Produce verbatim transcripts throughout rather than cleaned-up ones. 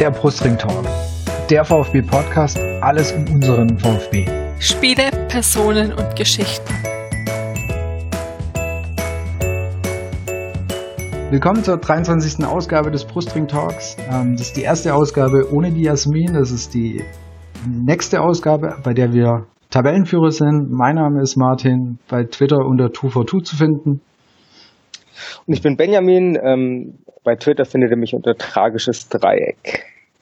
Der Brustring Talk, der VfB-Podcast, alles um unseren VfB. Spiele, Personen und Geschichten. Willkommen zur dreiundzwanzigsten Ausgabe des Brustring Talks. Das ist die erste Ausgabe ohne die Jasmin. Das ist die nächste Ausgabe, bei der wir Tabellenführer sind. Mein Name ist Martin, bei Twitter unter zwei vier zwei zu finden. Und ich bin Benjamin. Ähm, bei Twitter findet ihr mich unter Tragisches Dreieck.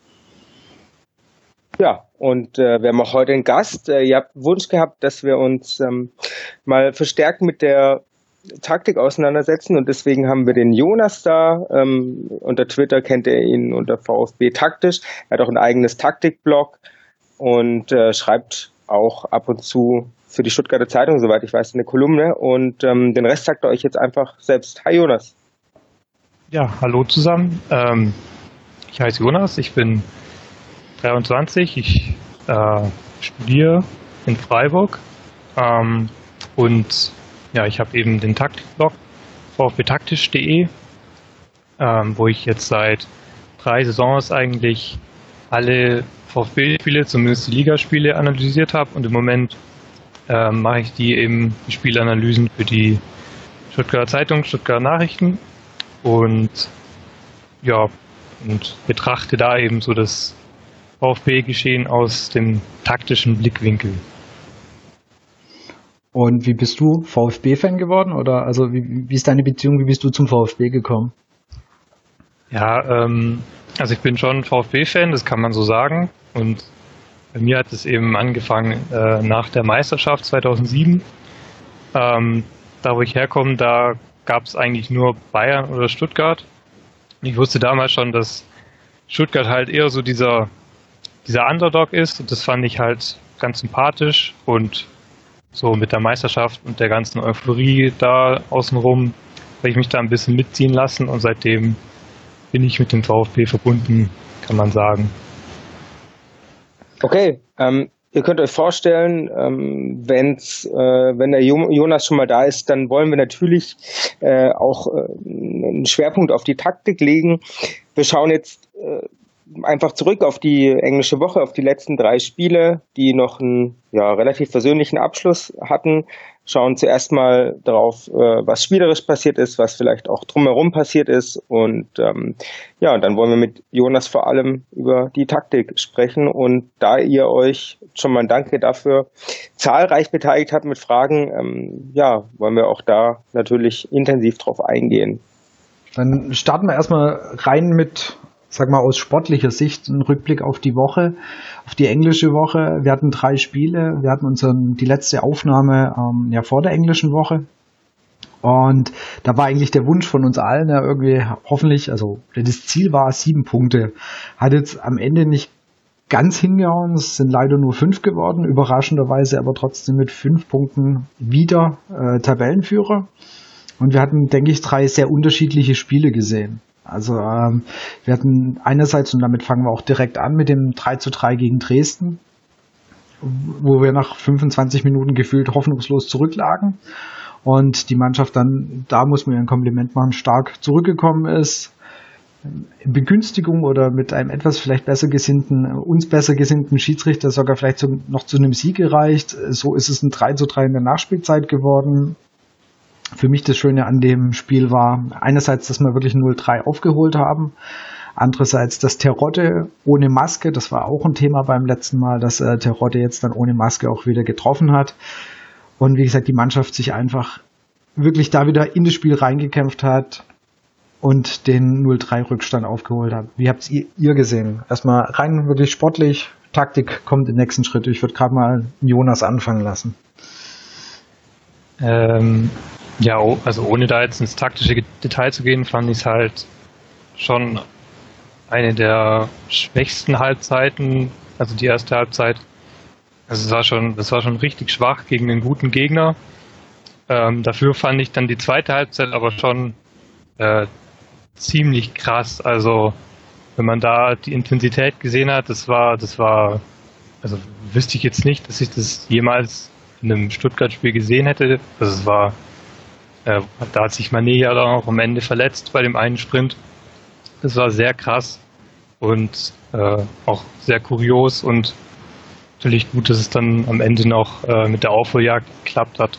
Ja, und äh, wir haben auch heute einen Gast. Äh, ihr habt Wunsch gehabt, dass wir uns ähm, mal verstärkt mit der Taktik auseinandersetzen, und deswegen haben wir den Jonas da. Ähm, unter Twitter kennt ihr ihn unter VfB Taktisch. Er hat auch ein eigenes Taktikblog und äh, schreibt auch ab und zu für die Stuttgarter Zeitung, soweit ich weiß, eine Kolumne, und ähm, den Rest sagt er euch jetzt einfach selbst. Hi Jonas. Ja, hallo zusammen. Ähm, ich heiße Jonas, ich bin dreiundzwanzig, ich äh, studiere in Freiburg ähm, und ja, ich habe eben den Taktikblog VfBtaktisch punkt de, ähm, wo ich jetzt seit drei Saisons eigentlich alle VfB-Spiele, zumindest die Ligaspiele, analysiert habe, und im Moment ähm, mache ich die eben die Spielanalysen für die Stuttgarter Zeitung, Stuttgarter Nachrichten, und ja, und betrachte da eben so das VfB-Geschehen aus dem taktischen Blickwinkel. Und wie bist du VfB-Fan geworden? Oder also wie, wie ist deine Beziehung, wie bist du zum VfB gekommen? Ja, ähm, also ich bin schon VfB-Fan, das kann man so sagen. Und bei mir hat es eben angefangen äh, nach der Meisterschaft zweitausendsieben. Ähm, da wo ich herkomme, da gab es eigentlich nur Bayern oder Stuttgart. Ich wusste damals schon, dass Stuttgart halt eher so dieser, dieser Underdog ist, und das fand ich halt ganz sympathisch, und so mit der Meisterschaft und der ganzen Euphorie da außenrum habe ich mich da ein bisschen mitziehen lassen, und seitdem bin ich mit dem VfB verbunden, kann man sagen. Okay, ähm, ihr könnt euch vorstellen, ähm, wenn's, äh, wenn der Jonas schon mal da ist, dann wollen wir natürlich äh, auch äh, einen Schwerpunkt auf die Taktik legen. Wir schauen jetzt äh, einfach zurück auf die englische Woche, auf die letzten drei Spiele, die noch einen ja, relativ versöhnlichen Abschluss hatten. Schauen zuerst mal darauf, äh, was spielerisch passiert ist, was vielleicht auch drumherum passiert ist. Und ähm, ja, und dann wollen wir mit Jonas vor allem über die Taktik sprechen. Und da ihr euch schon mal ein Danke dafür zahlreich beteiligt habt mit Fragen, ähm, ja, wollen wir auch da natürlich intensiv drauf eingehen. Dann starten wir erstmal rein mit, sag mal, aus sportlicher Sicht ein Rückblick auf die Woche, auf die englische Woche. Wir hatten drei Spiele. Wir hatten unseren, die letzte Aufnahme ähm, ja vor der englischen Woche. Und da war eigentlich der Wunsch von uns allen, ja, irgendwie hoffentlich, also das Ziel war sieben Punkte. Hat jetzt am Ende nicht ganz hingehauen. Es sind leider nur fünf geworden, überraschenderweise aber trotzdem mit fünf Punkten wieder äh, Tabellenführer. Und wir hatten, denke ich, drei sehr unterschiedliche Spiele gesehen. Also ähm, wir hatten einerseits, und damit fangen wir auch direkt an, mit dem drei zu drei gegen Dresden, wo wir nach fünfundzwanzig Minuten gefühlt hoffnungslos zurücklagen und die Mannschaft dann, da muss man ihr ein Kompliment machen, stark zurückgekommen ist. In Begünstigung oder mit einem etwas vielleicht besser gesinnten, uns besser gesinnten Schiedsrichter sogar vielleicht zu, noch zu einem Sieg gereicht. So ist es ein drei zu drei in der Nachspielzeit geworden. Für mich das Schöne an dem Spiel war einerseits, dass wir wirklich null drei aufgeholt haben. Andererseits, dass Terodde ohne Maske, das war auch ein Thema beim letzten Mal, dass äh, Terodde jetzt dann ohne Maske auch wieder getroffen hat. Und wie gesagt, die Mannschaft sich einfach wirklich da wieder in das Spiel reingekämpft hat und den null drei Rückstand aufgeholt hat. Wie habt ihr, ihr gesehen? Erstmal rein wirklich sportlich, Taktik kommt im nächsten Schritt. Ich würde gerade mal Jonas anfangen lassen. Ähm... Ja, also ohne da jetzt ins taktische Detail zu gehen, fand ich es halt schon eine der schwächsten Halbzeiten, also die erste Halbzeit. Also es war schon, das war schon richtig schwach gegen einen guten Gegner. Ähm, dafür fand ich dann die zweite Halbzeit aber schon äh, ziemlich krass. Also wenn man da die Intensität gesehen hat, das war, das war, also wüsste ich jetzt nicht, dass ich das jemals in einem Stuttgart-Spiel gesehen hätte. Also es war Äh, da hat sich Mané ja dann auch am Ende verletzt bei dem einen Sprint. Das war sehr krass. und äh, auch sehr kurios und natürlich gut, dass es dann am Ende noch äh, mit der Aufholjagd geklappt hat.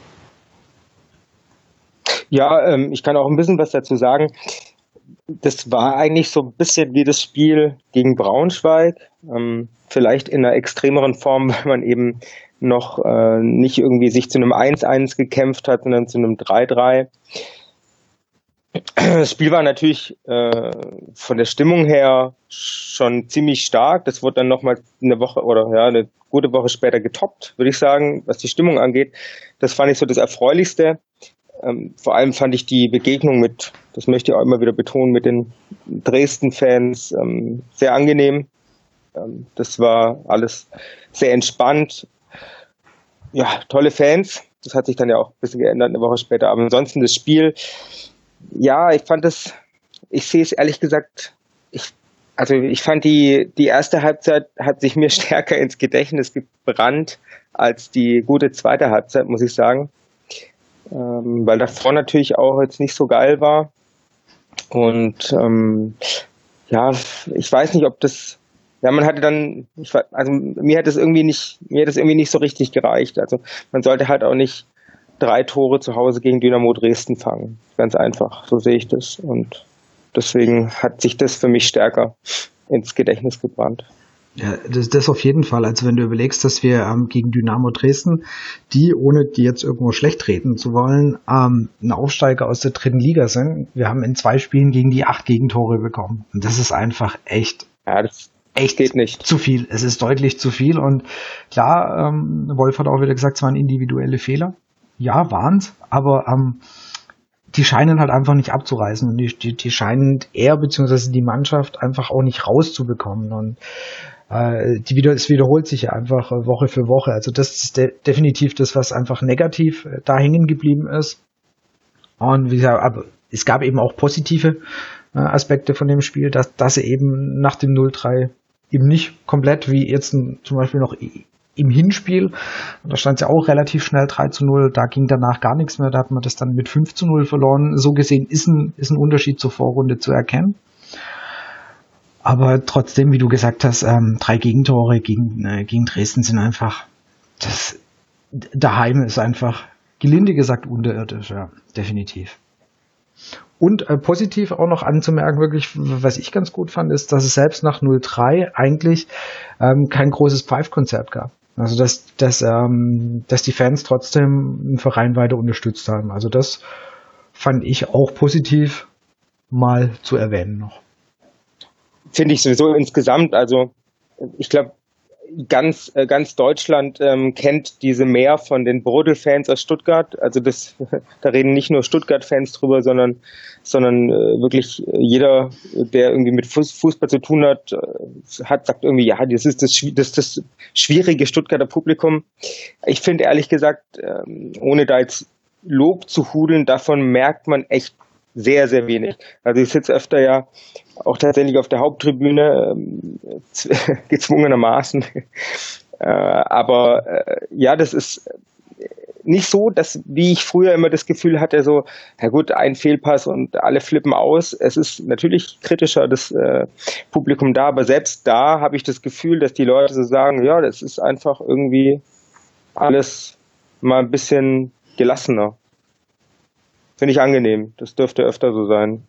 Ja, ähm, ich kann auch ein bisschen was dazu sagen. Das war eigentlich so ein bisschen wie das Spiel gegen Braunschweig, ähm, vielleicht in einer extremeren Form, weil man eben noch äh, nicht irgendwie sich zu einem eins eins gekämpft hat, sondern zu einem drei drei. Das Spiel war natürlich äh, von der Stimmung her schon ziemlich stark. Das wurde dann nochmal eine Woche oder ja eine gute Woche später getoppt, würde ich sagen, was die Stimmung angeht. Das fand ich so das Erfreulichste. Ähm, vor allem fand ich die Begegnung mit, das möchte ich auch immer wieder betonen, mit den Dresden-Fans ähm, sehr angenehm. Ähm, das war alles sehr entspannt. Ja, tolle Fans. Das hat sich dann ja auch ein bisschen geändert eine Woche später. Aber ansonsten das Spiel, ja, ich fand es, ich sehe es ehrlich gesagt, ich, also ich fand die, die erste Halbzeit hat sich mir stärker ins Gedächtnis gebrannt als die gute zweite Halbzeit, muss ich sagen. Ähm, weil davor natürlich auch jetzt nicht so geil war. Und ähm, ja, ich weiß nicht, ob das, ja, man hatte dann, ich, also mir hat es irgendwie nicht, mir hat es irgendwie nicht so richtig gereicht. Also man sollte halt auch nicht drei Tore zu Hause gegen Dynamo Dresden fangen. Ganz einfach, so sehe ich das. Und deswegen hat sich das für mich stärker ins Gedächtnis gebrannt. Ja, das, das auf jeden Fall. Also wenn du überlegst, dass wir ähm, gegen Dynamo Dresden, die, ohne die jetzt irgendwo schlecht reden zu wollen, ähm, ein Aufsteiger aus der dritten Liga sind. Wir haben in zwei Spielen gegen die acht Gegentore bekommen. Und das ist einfach echt, ja, das echt geht nicht. Zu viel. Es ist deutlich zu viel. Und klar, ähm, Wolf hat auch wieder gesagt, es waren individuelle Fehler. Ja, waren's. Aber ähm, die scheinen halt einfach nicht abzureißen. Und die, die, die scheinen er bzw. die Mannschaft einfach auch nicht rauszubekommen. Und Die wieder, es wiederholt sich ja einfach Woche für Woche. Also das ist de- definitiv das, was einfach negativ da hängen geblieben ist. Und wie gesagt, aber es gab eben auch positive äh, Aspekte von dem Spiel, dass, dass sie eben nach dem null drei eben nicht komplett wie jetzt zum Beispiel noch im Hinspiel, da stand es ja auch relativ schnell drei zu null, da ging danach gar nichts mehr, da hat man das dann mit fünf zu null verloren. So gesehen ist ein, ist ein Unterschied zur Vorrunde zu erkennen. Aber trotzdem, wie du gesagt hast, ähm, drei Gegentore gegen, äh, gegen Dresden sind einfach, das daheim ist einfach, gelinde gesagt, unterirdisch, ja, definitiv. Und äh, positiv auch noch anzumerken, wirklich, was ich ganz gut fand, ist, dass es selbst nach null drei eigentlich ähm, kein großes Pfeifkonzert gab. Also dass, dass, ähm, dass die Fans trotzdem den Verein weiter unterstützt haben. Also das fand ich auch positiv mal zu erwähnen noch. Finde ich sowieso insgesamt, also ich glaube, ganz ganz Deutschland ähm, kennt diese Mehr von den Brodel-Fans aus Stuttgart. Also das, da reden nicht nur Stuttgart-Fans drüber, sondern sondern äh, wirklich jeder, der irgendwie mit Fußball zu tun hat, äh, hat sagt irgendwie, ja, das ist das, das, das schwierige Stuttgarter Publikum. Ich finde ehrlich gesagt, ähm, ohne da jetzt Lob zu hudeln, davon merkt man echt sehr, sehr wenig. Also ich sitze öfter ja auch tatsächlich auf der Haupttribüne, ähm, gezwungenermaßen. äh, aber äh, ja, das ist nicht so, dass, wie ich früher immer das Gefühl hatte, so, na gut, ein Fehlpass und alle flippen aus. Es ist natürlich kritischer, das äh, Publikum da, aber selbst da habe ich das Gefühl, dass die Leute so sagen, ja, das ist einfach irgendwie alles mal ein bisschen gelassener. Finde ich angenehm. Das dürfte öfter so sein.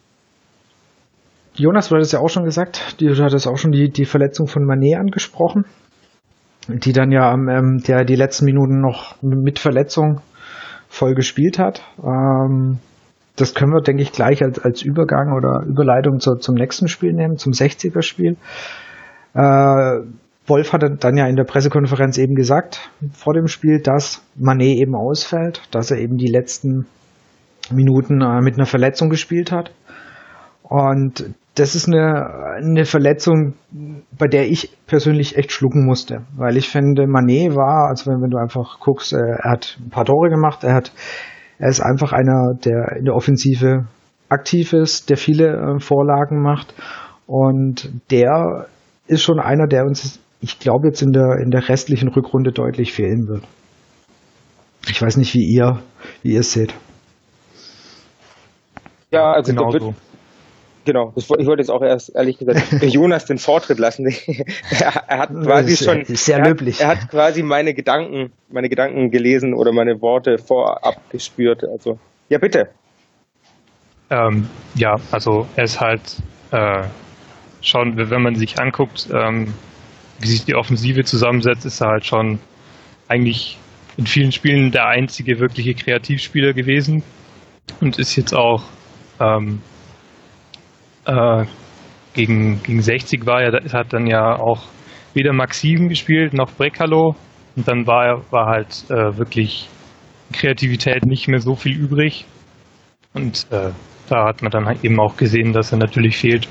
Jonas, du hattest ja auch schon gesagt, du hattest auch schon die, die Verletzung von Mané angesprochen, die dann ja ähm, der die letzten Minuten noch mit Verletzung voll gespielt hat. Ähm, das können wir, denke ich, gleich als, als Übergang oder Überleitung zu, zum nächsten Spiel nehmen, zum sechziger-Spiel. Äh, Wolf hat dann ja in der Pressekonferenz eben gesagt, vor dem Spiel, dass Mané eben ausfällt, dass er eben die letzten Minuten äh, mit einer Verletzung gespielt hat. Und das ist eine, eine Verletzung, bei der ich persönlich echt schlucken musste, weil ich finde, Mané war, also wenn, wenn du einfach guckst, äh, er hat ein paar Tore gemacht, er hat, er ist einfach einer, der in der Offensive aktiv ist, der viele äh, Vorlagen macht, und der ist schon einer, der uns, ich glaube, jetzt in der in der restlichen Rückrunde deutlich fehlen wird. Ich weiß nicht, wie ihr wie ihr es seht. Ja, also genau da wird, so. Genau, ich wollte jetzt auch erst ehrlich gesagt Jonas den Vortritt lassen. er, er hat quasi sehr, schon, sehr er, löblich. Hat, er hat quasi meine Gedanken, meine Gedanken gelesen oder meine Worte vorab gespürt. Also ja, bitte. Ähm, ja, also er ist halt äh, schon, wenn man sich anguckt, ähm, wie sich die Offensive zusammensetzt, ist er halt schon eigentlich in vielen Spielen der einzige wirkliche Kreativspieler gewesen und ist jetzt auch ähm, Äh, gegen, gegen sechzig war er, hat dann ja auch weder Maxim gespielt noch Brekalo und dann war, war halt äh, wirklich Kreativität nicht mehr so viel übrig und äh, da hat man dann halt eben auch gesehen, dass er natürlich fehlt.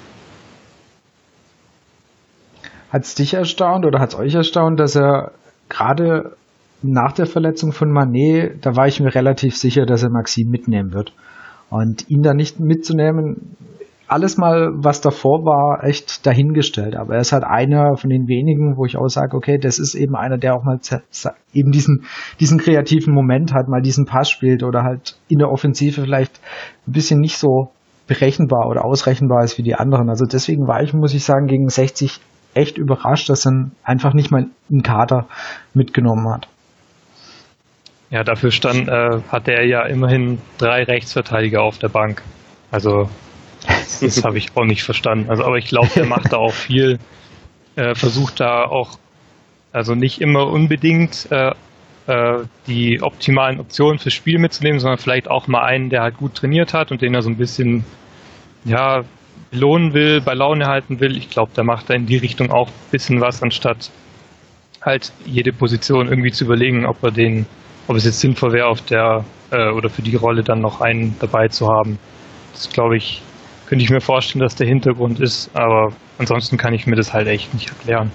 Hat es dich erstaunt oder hat es euch erstaunt, dass er gerade nach der Verletzung von Manet, da war ich mir relativ sicher, dass er Maxim mitnehmen wird. Und ihn da nicht mitzunehmen, alles mal, was davor war, echt dahingestellt. Aber er ist halt einer von den wenigen, wo ich auch sage, okay, das ist eben einer, der auch mal eben diesen, diesen kreativen Moment hat, mal diesen Pass spielt oder halt in der Offensive vielleicht ein bisschen nicht so berechenbar oder ausrechenbar ist wie die anderen. Also deswegen war ich, muss ich sagen, gegen sechzig echt überrascht, dass er einfach nicht mal einen Kader mitgenommen hat. Ja, dafür stand, äh, hatte er ja immerhin drei Rechtsverteidiger auf der Bank. Also das habe ich auch nicht verstanden. Also, aber ich glaube, der macht da auch viel, äh, versucht da auch, also nicht immer unbedingt äh, äh, die optimalen Optionen fürs Spiel mitzunehmen, sondern vielleicht auch mal einen, der halt gut trainiert hat und den er so ein bisschen, ja, belohnen will, bei Laune halten will. Ich glaube, der macht da in die Richtung auch ein bisschen was, anstatt halt jede Position irgendwie zu überlegen, ob er den, ob es jetzt sinnvoll wäre, auf der äh, oder für die Rolle dann noch einen dabei zu haben. Das glaube ich, könnte ich mir vorstellen, dass der Hintergrund ist, aber ansonsten kann ich mir das halt echt nicht erklären.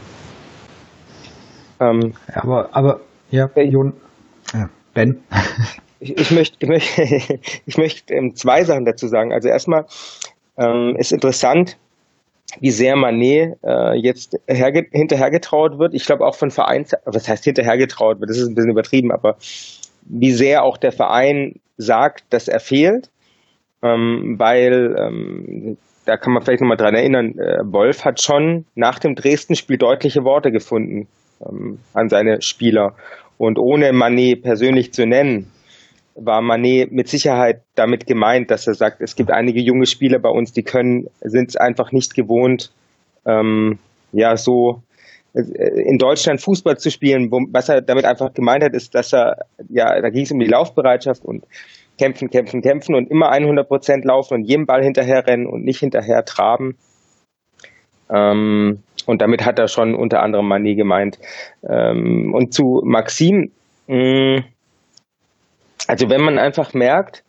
Ähm, aber, aber, ja, Jon, ja, Ben. Ich, ich möchte, ich möchte, ich möchte ähm, zwei Sachen dazu sagen. Also erstmal ähm, ist interessant, wie sehr Manet äh, jetzt herge- hinterhergetraut wird. Ich glaube auch von Vereins, was heißt hinterhergetraut wird, das ist ein bisschen übertrieben, aber wie sehr auch der Verein sagt, dass er fehlt. Ähm, weil, ähm, da kann man vielleicht nochmal dran erinnern, äh, Wolf hat schon nach dem Dresden-Spiel deutliche Worte gefunden ähm, an seine Spieler. Und ohne Manet persönlich zu nennen, war Manet mit Sicherheit damit gemeint, dass er sagt, es gibt einige junge Spieler bei uns, die können, sind es einfach nicht gewohnt, ähm, ja, so äh, in Deutschland Fußball zu spielen. Wo, was er damit einfach gemeint hat, ist, dass er, ja, da ging es um die Laufbereitschaft und kämpfen, kämpfen, kämpfen und immer hundert Prozent laufen und jedem Ball hinterher rennen und nicht hinterher traben. Ähm, und damit hat er schon unter anderem Manet gemeint. Ähm, und zu Maxim, mh, also wenn man einfach merkt,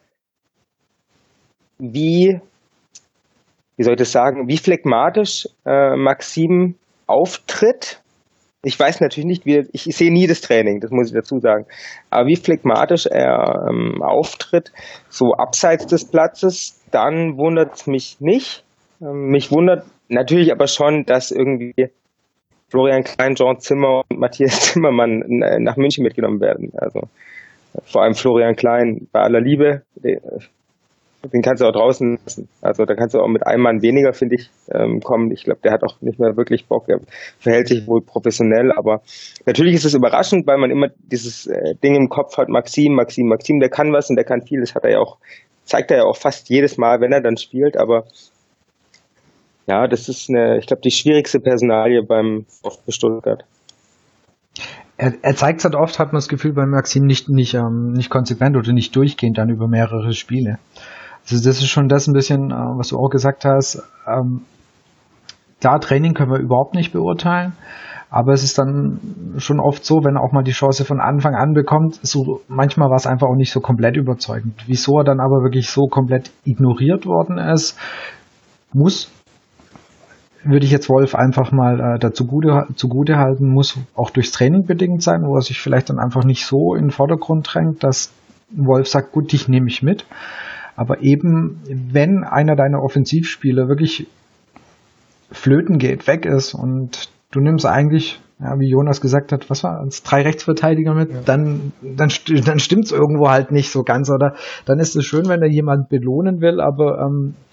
wie, wie soll ich das sagen, wie phlegmatisch äh, Maxim auftritt. Ich weiß natürlich nicht, wie, ich sehe nie das Training, das muss ich dazu sagen, aber wie phlegmatisch er ähm, auftritt, so abseits des Platzes, dann wundert es mich nicht. Ähm, mich wundert natürlich aber schon, dass irgendwie Florian Klein, Jean Zimmer und Matthias Zimmermann äh, nach München mitgenommen werden. Also vor allem Florian Klein, bei aller Liebe, den, den kannst du auch draußen lassen. Also da kannst du auch mit einem Mann weniger, finde ich, ähm, kommen. Ich glaube, der hat auch nicht mehr wirklich Bock. Er verhält sich wohl professionell, aber natürlich ist es überraschend, weil man immer dieses äh, Ding im Kopf hat, Maxim, Maxim, Maxim, der kann was und der kann viel. Das hat er ja auch, zeigt er ja auch fast jedes Mal, wenn er dann spielt. Aber ja, das ist eine, ich glaube, die schwierigste Personalie beim VfB Stuttgart. Er, er zeigt es halt oft, hat man das Gefühl, bei Maxim nicht, nicht, ähm, nicht konsequent oder nicht durchgehend dann über mehrere Spiele. Also das ist schon das ein bisschen, äh, was du auch gesagt hast. Ähm, da Training können wir überhaupt nicht beurteilen, aber es ist dann schon oft so, wenn er auch mal die Chance von Anfang an bekommt, so manchmal war es einfach auch nicht so komplett überzeugend. Wieso er dann aber wirklich so komplett ignoriert worden ist, muss würde ich jetzt Wolf einfach mal äh, dazu gute, zugute halten, muss auch durchs Training bedingt sein, wo er sich vielleicht dann einfach nicht so in den Vordergrund drängt, dass Wolf sagt, gut, dich nehme ich mit. Aber eben, wenn einer deiner Offensivspieler wirklich flöten geht, weg ist und du nimmst eigentlich, ja, wie Jonas gesagt hat, was war es, drei Rechtsverteidiger mit, ja. dann, dann, dann stimmt's irgendwo halt nicht so ganz. Oder dann ist es schön, wenn er jemand belohnen will, aber ähm,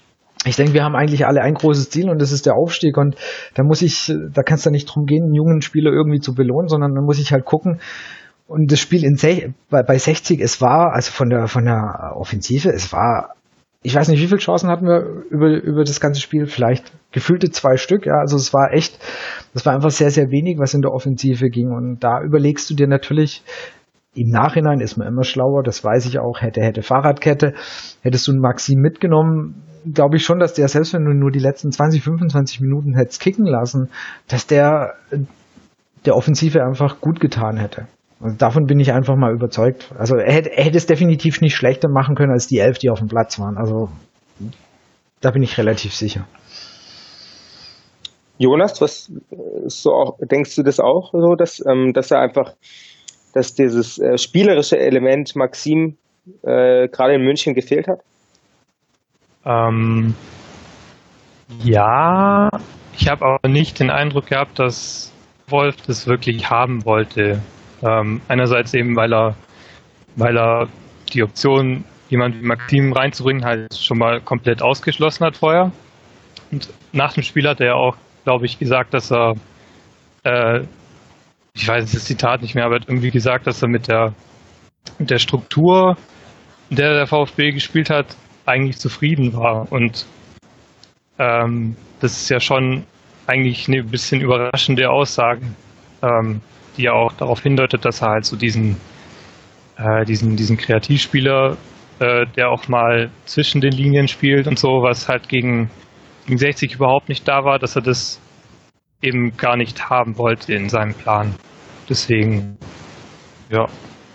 ich denke, wir haben eigentlich alle ein großes Ziel und das ist der Aufstieg und da muss ich, da kann es da nicht drum gehen, einen jungen Spieler irgendwie zu belohnen, sondern da muss ich halt gucken und das Spiel in Se- bei, bei sechzig, es war, also von der von der Offensive, es war, ich weiß nicht, wie viele Chancen hatten wir über über das ganze Spiel, vielleicht gefühlte zwei Stück, ja, also es war echt, das war einfach sehr, sehr wenig, was in der Offensive ging und da überlegst du dir natürlich, im Nachhinein ist man immer schlauer, das weiß ich auch, hätte, hätte Fahrradkette, hättest du einen Maxim mitgenommen, glaube ich schon, dass der, selbst wenn du nur die letzten zwanzig, fünfundzwanzig Minuten hättest kicken lassen, dass der der Offensive einfach gut getan hätte. Also davon bin ich einfach mal überzeugt. Also er hätte, er hätte es definitiv nicht schlechter machen können als die elf, die auf dem Platz waren. Also da bin ich relativ sicher. Jonas, was so auch, denkst du das auch so, dass, ähm, dass er einfach, dass dieses äh, spielerische Element Maxim äh, gerade in München gefehlt hat? Ähm, ja, ich habe aber nicht den Eindruck gehabt, dass Wolf das wirklich haben wollte. Ähm, einerseits eben, weil er, weil er die Option, jemanden wie Maxim reinzubringen, halt schon mal komplett ausgeschlossen hat vorher. Und nach dem Spiel hat er auch, glaube ich, gesagt, dass er, äh, ich weiß das Zitat nicht mehr, aber er hat irgendwie gesagt, dass er mit der, mit der Struktur, in der der VfB gespielt hat, eigentlich zufrieden war. Und ähm, das ist ja schon eigentlich eine bisschen überraschende Aussage, ähm, die ja auch darauf hindeutet, dass er halt so diesen, äh, diesen, diesen Kreativspieler, äh, der auch mal zwischen den Linien spielt und so, was halt gegen, gegen sechzig überhaupt nicht da war, dass er das eben gar nicht haben wollte in seinem Plan. Deswegen, ja.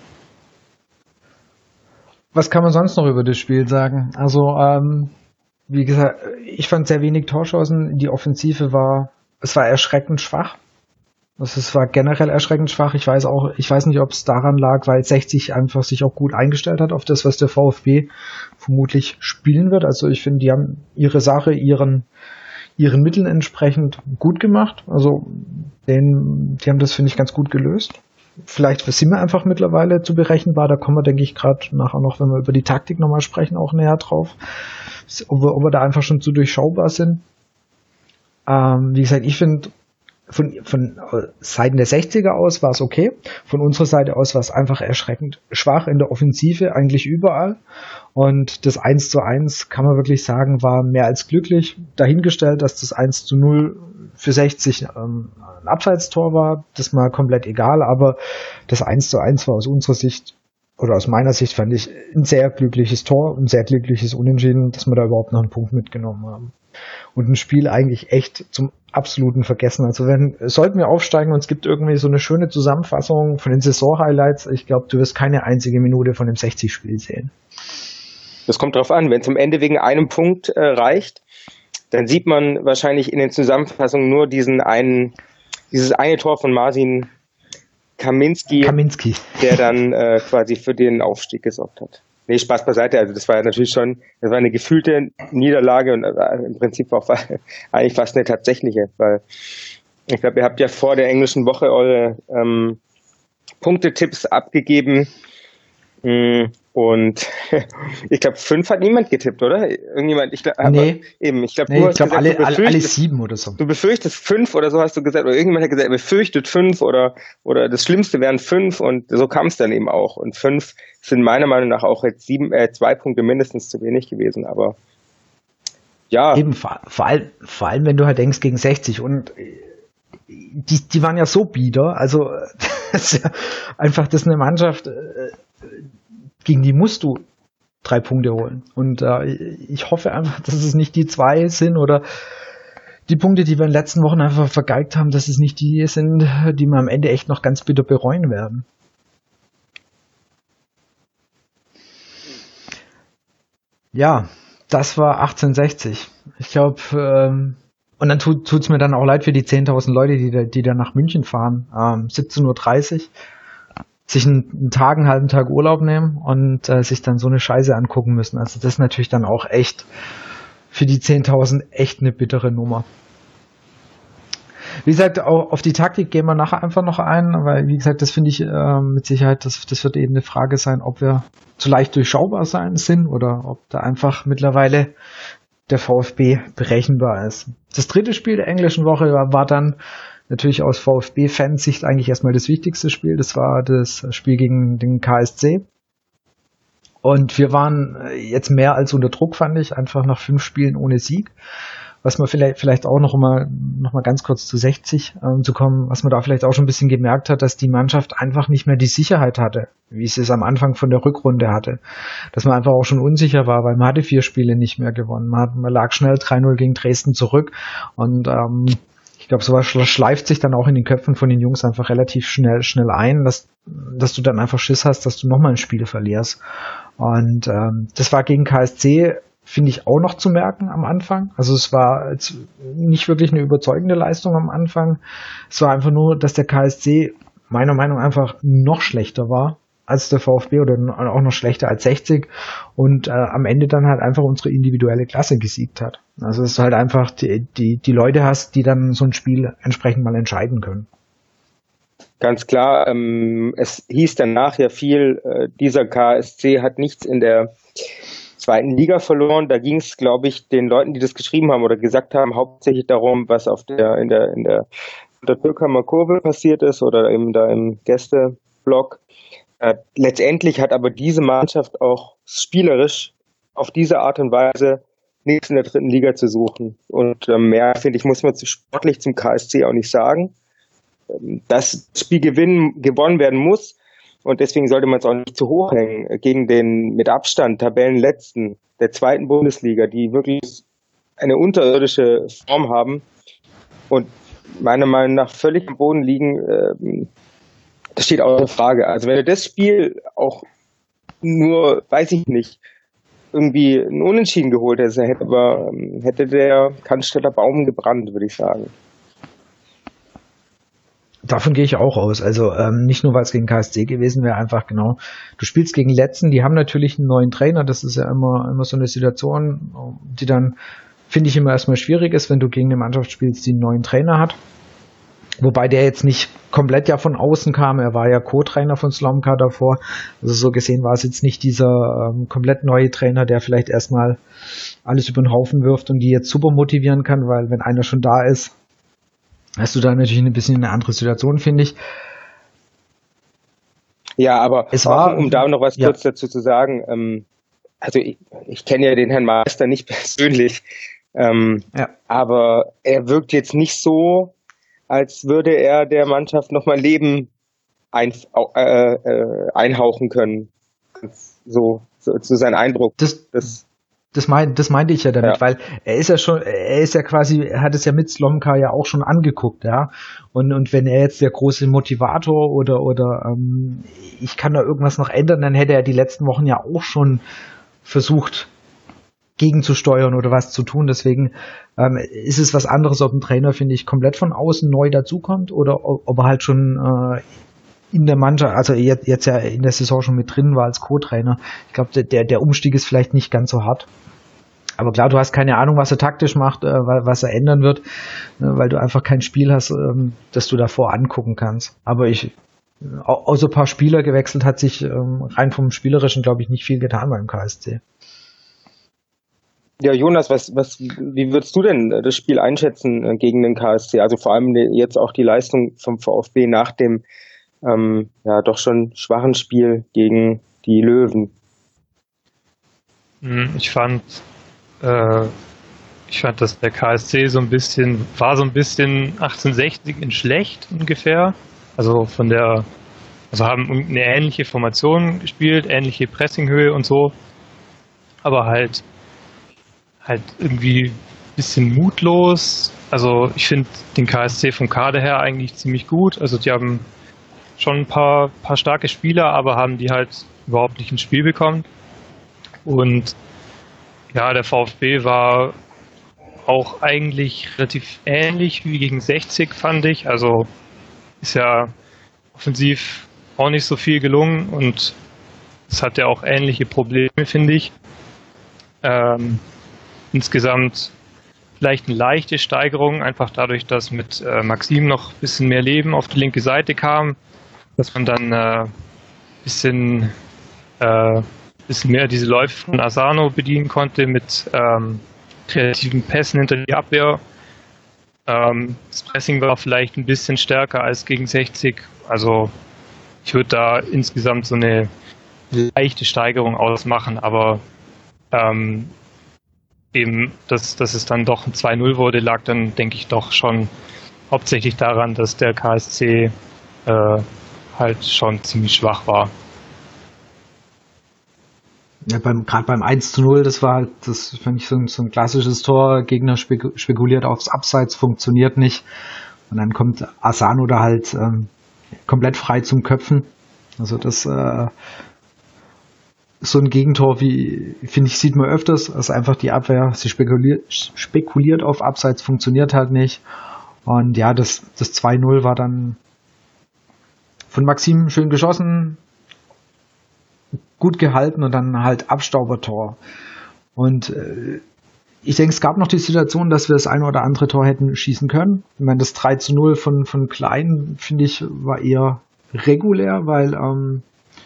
Was kann man sonst noch über das Spiel sagen? Also, ähm, wie gesagt, ich fand sehr wenig Torchancen. Die Offensive war, es war erschreckend schwach. Also es war generell erschreckend schwach. Ich weiß auch, ich weiß nicht, ob es daran lag, weil sechzig einfach sich auch gut eingestellt hat auf das, was der VfB vermutlich spielen wird. Also ich finde, die haben ihre Sache, ihren, ihren Mitteln entsprechend gut gemacht. Also den, die haben das, finde ich, ganz gut gelöst. Vielleicht sind wir einfach mittlerweile zu berechenbar. Da kommen wir, denke ich, gerade nachher noch, wenn wir über die Taktik nochmal sprechen, auch näher drauf. Ob wir, ob wir da einfach schon zu durchschaubar sind. Ähm, wie gesagt, ich finde, von, von Seiten der sechziger aus war es okay. Von unserer Seite aus war es einfach erschreckend schwach in der Offensive, eigentlich überall. Und das eins zu eins, kann man wirklich sagen, war mehr als glücklich. Dahingestellt, dass das eins zu null für sechzig ähm, ein Abseitstor war, das ist mal komplett egal. Aber das eins zu eins war aus unserer Sicht, oder aus meiner Sicht fand ich ein sehr glückliches Tor, ein sehr glückliches Unentschieden, dass wir da überhaupt noch einen Punkt mitgenommen haben. Und ein Spiel eigentlich echt zum absoluten Vergessen. Also wenn, sollten wir aufsteigen und es gibt irgendwie so eine schöne Zusammenfassung von den Saison-Highlights, ich glaube, du wirst keine einzige Minute von dem sechzig-Spiel sehen. Das kommt drauf an. Wenn es am Ende wegen einem Punkt äh, reicht, dann sieht man wahrscheinlich in den Zusammenfassungen nur diesen einen, dieses eine Tor von Marcin Kaminski, Kaminski. der dann äh, quasi für den Aufstieg gesorgt hat. Nee, Spaß beiseite. Also das war ja natürlich schon, das war eine gefühlte Niederlage und äh, im Prinzip auch eigentlich fast eine tatsächliche, weil ich glaube, ihr habt ja vor der englischen Woche eure ähm, Punktetipps abgegeben. Und ich glaube, fünf hat niemand getippt, oder? Irgendjemand, ich glaube, nee. eben, ich glaube, nee, ich glaub, alle, alle, alle sieben oder so. Du befürchtest fünf oder so hast du gesagt, oder irgendjemand hat gesagt, er befürchtet fünf oder, oder das Schlimmste wären fünf und so kam es dann eben auch. Und fünf sind meiner Meinung nach auch jetzt sieben, äh, zwei Punkte mindestens zu wenig gewesen, aber ja. Eben, vor, vor, allem, vor allem, wenn du halt denkst gegen sechzig und die, die waren ja so bieder, also das ist ja einfach, das ist eine Mannschaft, gegen die musst du drei Punkte holen. Und äh, ich hoffe einfach, dass es nicht die zwei sind oder die Punkte, die wir in den letzten Wochen einfach vergeigt haben, dass es nicht die sind, die wir am Ende echt noch ganz bitter bereuen werden. Ja, das war achtzehnhundertsechzig. Ich glaube, ähm, und dann tut es mir dann auch leid für die zehntausend Leute, die da, die da nach München fahren. Ähm, siebzehn Uhr dreißig, sich einen, einen Tag, einen halben Tag Urlaub nehmen und äh, sich dann so eine Scheiße angucken müssen. Also das ist natürlich dann auch echt für die zehntausend echt eine bittere Nummer. Wie gesagt, auch auf die Taktik gehen wir nachher einfach noch ein, weil wie gesagt, das finde ich äh, mit Sicherheit, das, das wird eben eine Frage sein, ob wir zu leicht durchschaubar sein sind oder ob da einfach mittlerweile der VfB berechenbar ist. Das dritte Spiel der englischen Woche war, war dann natürlich aus VfB-Fansicht eigentlich erstmal das wichtigste Spiel. Das war das Spiel gegen den K S C. Und wir waren jetzt mehr als unter Druck, fand ich, einfach nach fünf Spielen ohne Sieg. Was man vielleicht, vielleicht auch noch mal, noch mal ganz kurz zu sechzig ähm, zu kommen, was man da vielleicht auch schon ein bisschen gemerkt hat, dass die Mannschaft einfach nicht mehr die Sicherheit hatte, wie es es am Anfang von der Rückrunde hatte. Dass man einfach auch schon unsicher war, weil man hatte vier Spiele nicht mehr gewonnen. Man, hat, man lag schnell drei null gegen Dresden zurück und ähm, ich glaube, sowas schleift sich dann auch in den Köpfen von den Jungs einfach relativ schnell schnell ein, dass, dass du dann einfach Schiss hast, dass du nochmal ein Spiel verlierst. Und ähm, das war gegen K S C, finde ich, auch noch zu merken am Anfang. Also es war nicht wirklich eine überzeugende Leistung am Anfang. Es war einfach nur, dass der K S C meiner Meinung nach einfach noch schlechter war als der VfB oder auch noch schlechter als sechzig und äh, am Ende dann halt einfach unsere individuelle Klasse gesiegt hat. Also dass du halt einfach die, die, die Leute hast, die dann so ein Spiel entsprechend mal entscheiden können. Ganz klar, ähm, es hieß danach ja viel, äh, dieser K S C hat nichts in der zweiten Liga verloren. Da ging es, glaube ich, den Leuten, die das geschrieben haben oder gesagt haben, hauptsächlich darum, was auf der in der in der, in der Türkheimer Kurve passiert ist oder eben da im Gästeblock. Äh, letztendlich hat aber diese Mannschaft auch spielerisch auf diese Art und Weise nichts in der dritten Liga zu suchen. Und äh, mehr, finde ich, muss man zu sportlich zum K S C auch nicht sagen. Ähm, dass das Spiel gewinnen, gewonnen werden muss. Und deswegen sollte man es auch nicht zu hoch hängen gegen den mit Abstand Tabellenletzten der zweiten Bundesliga, die wirklich eine unterirdische Form haben und meiner Meinung nach völlig am Boden liegen. Äh, das steht außer Frage. Also wenn er das Spiel auch nur, weiß ich nicht, irgendwie ein Unentschieden geholt hätte, hätte, aber, hätte der Cannstatter Baum gebrannt, würde ich sagen. Davon gehe ich auch aus. Also ähm, nicht nur, weil es gegen K S C gewesen wäre, einfach genau. Du spielst gegen Letzten, die haben natürlich einen neuen Trainer. Das ist ja immer immer so eine Situation, die dann, finde ich, immer erstmal schwierig ist, wenn du gegen eine Mannschaft spielst, die einen neuen Trainer hat. Wobei der jetzt nicht komplett ja von außen kam. Er war ja Co-Trainer von Slomka davor. Also so gesehen war es jetzt nicht dieser ähm, komplett neue Trainer, der vielleicht erstmal alles über den Haufen wirft und die jetzt super motivieren kann, weil wenn einer schon da ist, hast du da natürlich ein bisschen eine andere Situation, finde ich. Ja, aber es war, um da noch was ja. kurz dazu zu sagen, ähm, also ich, ich kenne ja den Herrn Meister nicht persönlich, ähm, ja. aber er wirkt jetzt nicht so, als würde er der Mannschaft nochmal Leben ein, äh, äh, einhauchen können. So, so, so sein Eindruck. Das, das Das, mein, das meinte ich ja damit, ja. Weil er ist ja schon, er ist ja quasi, er hat es ja mit Slomka ja auch schon angeguckt, ja. Und, und wenn er jetzt der große Motivator oder, oder ähm, ich kann da irgendwas noch ändern, dann hätte er die letzten Wochen ja auch schon versucht, gegenzusteuern oder was zu tun. Deswegen ähm, ist es was anderes, ob ein Trainer, finde ich, komplett von außen neu dazukommt oder ob er halt schon äh, in der Mannschaft, also jetzt, jetzt ja in der Saison schon mit drin war als Co-Trainer. Ich glaube, der, der Umstieg ist vielleicht nicht ganz so hart. Aber klar, du hast keine Ahnung, was er taktisch macht, äh, was er ändern wird, ne, weil du einfach kein Spiel hast, ähm, das du davor angucken kannst. Aber ich, außer ein paar Spieler gewechselt, hat sich ähm, rein vom Spielerischen, glaube ich, nicht viel getan beim K S C. Ja, Jonas, was, was, wie würdest du denn das Spiel einschätzen gegen den K S C? Also vor allem jetzt auch die Leistung vom VfB nach dem ähm, ja doch schon schwachen Spiel gegen die Löwen. Ich fand, äh, ich fand, dass der K S C so ein bisschen, war so ein bisschen achtzehnhundertsechzig in schlecht ungefähr. Also von der, also haben eine ähnliche Formation gespielt, ähnliche Pressinghöhe und so, aber halt halt irgendwie ein bisschen mutlos. Also ich finde den K S C vom Kader her eigentlich ziemlich gut. Also die haben schon ein paar, paar starke Spieler, aber haben die halt überhaupt nicht ins Spiel bekommen. Und ja, der VfB war auch eigentlich relativ ähnlich wie gegen sechzig, fand ich. Also ist ja offensiv auch nicht so viel gelungen und es hat ja auch ähnliche Probleme, finde ich. Ähm, Insgesamt vielleicht eine leichte Steigerung, einfach dadurch, dass mit äh, Maxim noch ein bisschen mehr Leben auf die linke Seite kam, dass man dann ein äh, bisschen, äh, bisschen mehr diese Läufe von Asano bedienen konnte mit ähm, kreativen Pässen hinter die Abwehr. Ähm, das Pressing war vielleicht ein bisschen stärker als gegen sechzig. Also ich würde da insgesamt so eine leichte Steigerung ausmachen, aber ähm, eben, dass, dass es dann doch ein zwei null wurde, lag dann, denke ich, doch schon hauptsächlich daran, dass der K S C äh, halt schon ziemlich schwach war. Ja, beim, gerade beim eins zu null, das war halt, das fand ich so ein, so ein klassisches Tor, Gegner spek- spekuliert aufs Abseits, funktioniert nicht. Und dann kommt Asano da halt ähm, komplett frei zum Köpfen. Also das äh, so ein Gegentor, wie, finde ich, sieht man öfters, also einfach die Abwehr, sie spekuliert, spekuliert auf Abseits, funktioniert halt nicht. Und ja, das, das zwei null war dann von Maxim schön geschossen, gut gehalten und dann halt Abstaubertor. Und äh, ich denke, es gab noch die Situation, dass wir das eine oder andere Tor hätten schießen können. Ich meine, das drei zu null von, von Klein, finde ich, war eher regulär, weil ähm,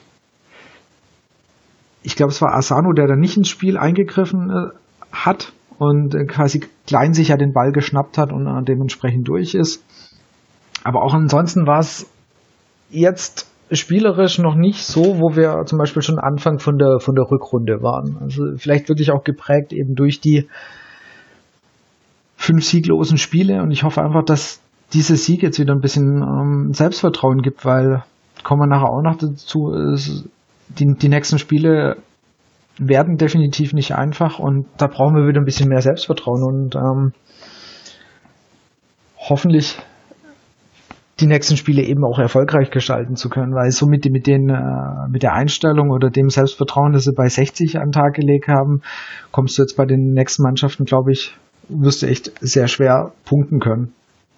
ich glaube, es war Asano, der da nicht ins Spiel eingegriffen äh, hat und äh, quasi Klein sich ja den Ball geschnappt hat und äh, dementsprechend durch ist. Aber auch ansonsten war es jetzt spielerisch noch nicht so, wo wir zum Beispiel schon Anfang von der von der Rückrunde waren. Also vielleicht wirklich auch geprägt eben durch die fünf sieglosen Spiele und ich hoffe einfach, dass dieser Sieg jetzt wieder ein bisschen ähm, Selbstvertrauen gibt, weil, kommen wir nachher auch noch dazu, ist, die, die nächsten Spiele werden definitiv nicht einfach und da brauchen wir wieder ein bisschen mehr Selbstvertrauen und ähm, hoffentlich die nächsten Spiele eben auch erfolgreich gestalten zu können, weil so mit, mit, den, äh, mit der Einstellung oder dem Selbstvertrauen, das sie bei sechzig an den Tag gelegt haben, kommst du jetzt bei den nächsten Mannschaften, glaube ich, wirst du echt sehr schwer punkten können.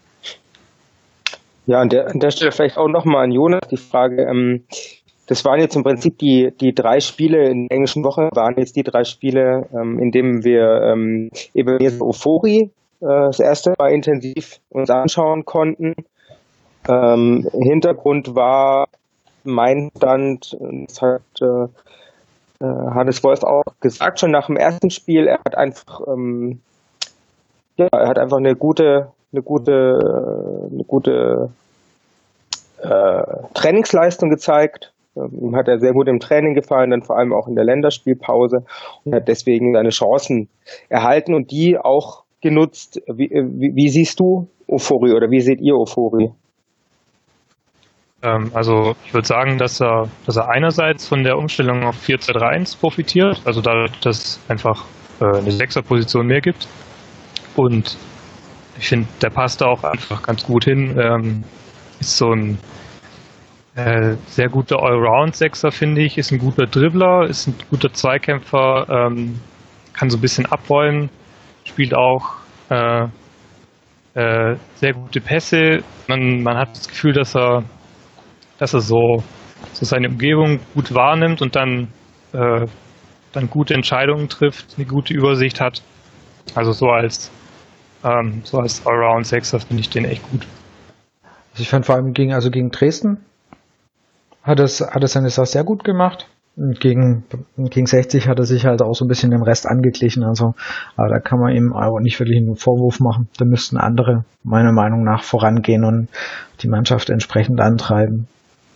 Ja, an der, an der Stelle vielleicht auch nochmal an Jonas die Frage, ähm, das waren jetzt im Prinzip die, die drei Spiele in der englischen Woche, waren jetzt die drei Spiele, ähm, in denen wir ähm, eben jetzt Ofori äh, das erste Mal intensiv uns anschauen konnten. Ähm, Hintergrund war mein Stand, das hat äh, Hannes Wolf auch gesagt, schon nach dem ersten Spiel, er hat einfach ähm, ja, er hat einfach eine gute eine gute eine gute äh, Trainingsleistung gezeigt. Ähm, ihm hat er sehr gut im Training gefallen, dann vor allem auch in der Länderspielpause und hat deswegen seine Chancen erhalten und die auch genutzt. Wie, wie, wie siehst du Ofori oder wie seht ihr Ofori? Also ich würde sagen, dass er, dass er einerseits von der Umstellung auf vier zwei drei eins profitiert, also dadurch, dass es einfach äh, eine Sechserposition mehr gibt. Und ich finde, der passt da auch einfach ganz gut hin. Ähm, ist so ein äh, sehr guter Allround-Sechser, finde ich. Ist ein guter Dribbler, ist ein guter Zweikämpfer, ähm, kann so ein bisschen abräumen, spielt auch äh, äh, sehr gute Pässe. Man, man hat das Gefühl, dass er dass er so, so seine Umgebung gut wahrnimmt und dann, äh, dann gute Entscheidungen trifft, eine gute Übersicht hat. Also so als, ähm, so als Allround-Sechser finde ich den echt gut. Also ich fand vor allem gegen, also gegen Dresden hat es, hat es seine Sache sehr gut gemacht. Und gegen, gegen sechzig hat er sich halt auch so ein bisschen dem Rest angeglichen. Also, aber da kann man ihm auch nicht wirklich einen Vorwurf machen. Da müssten andere meiner Meinung nach vorangehen und die Mannschaft entsprechend antreiben.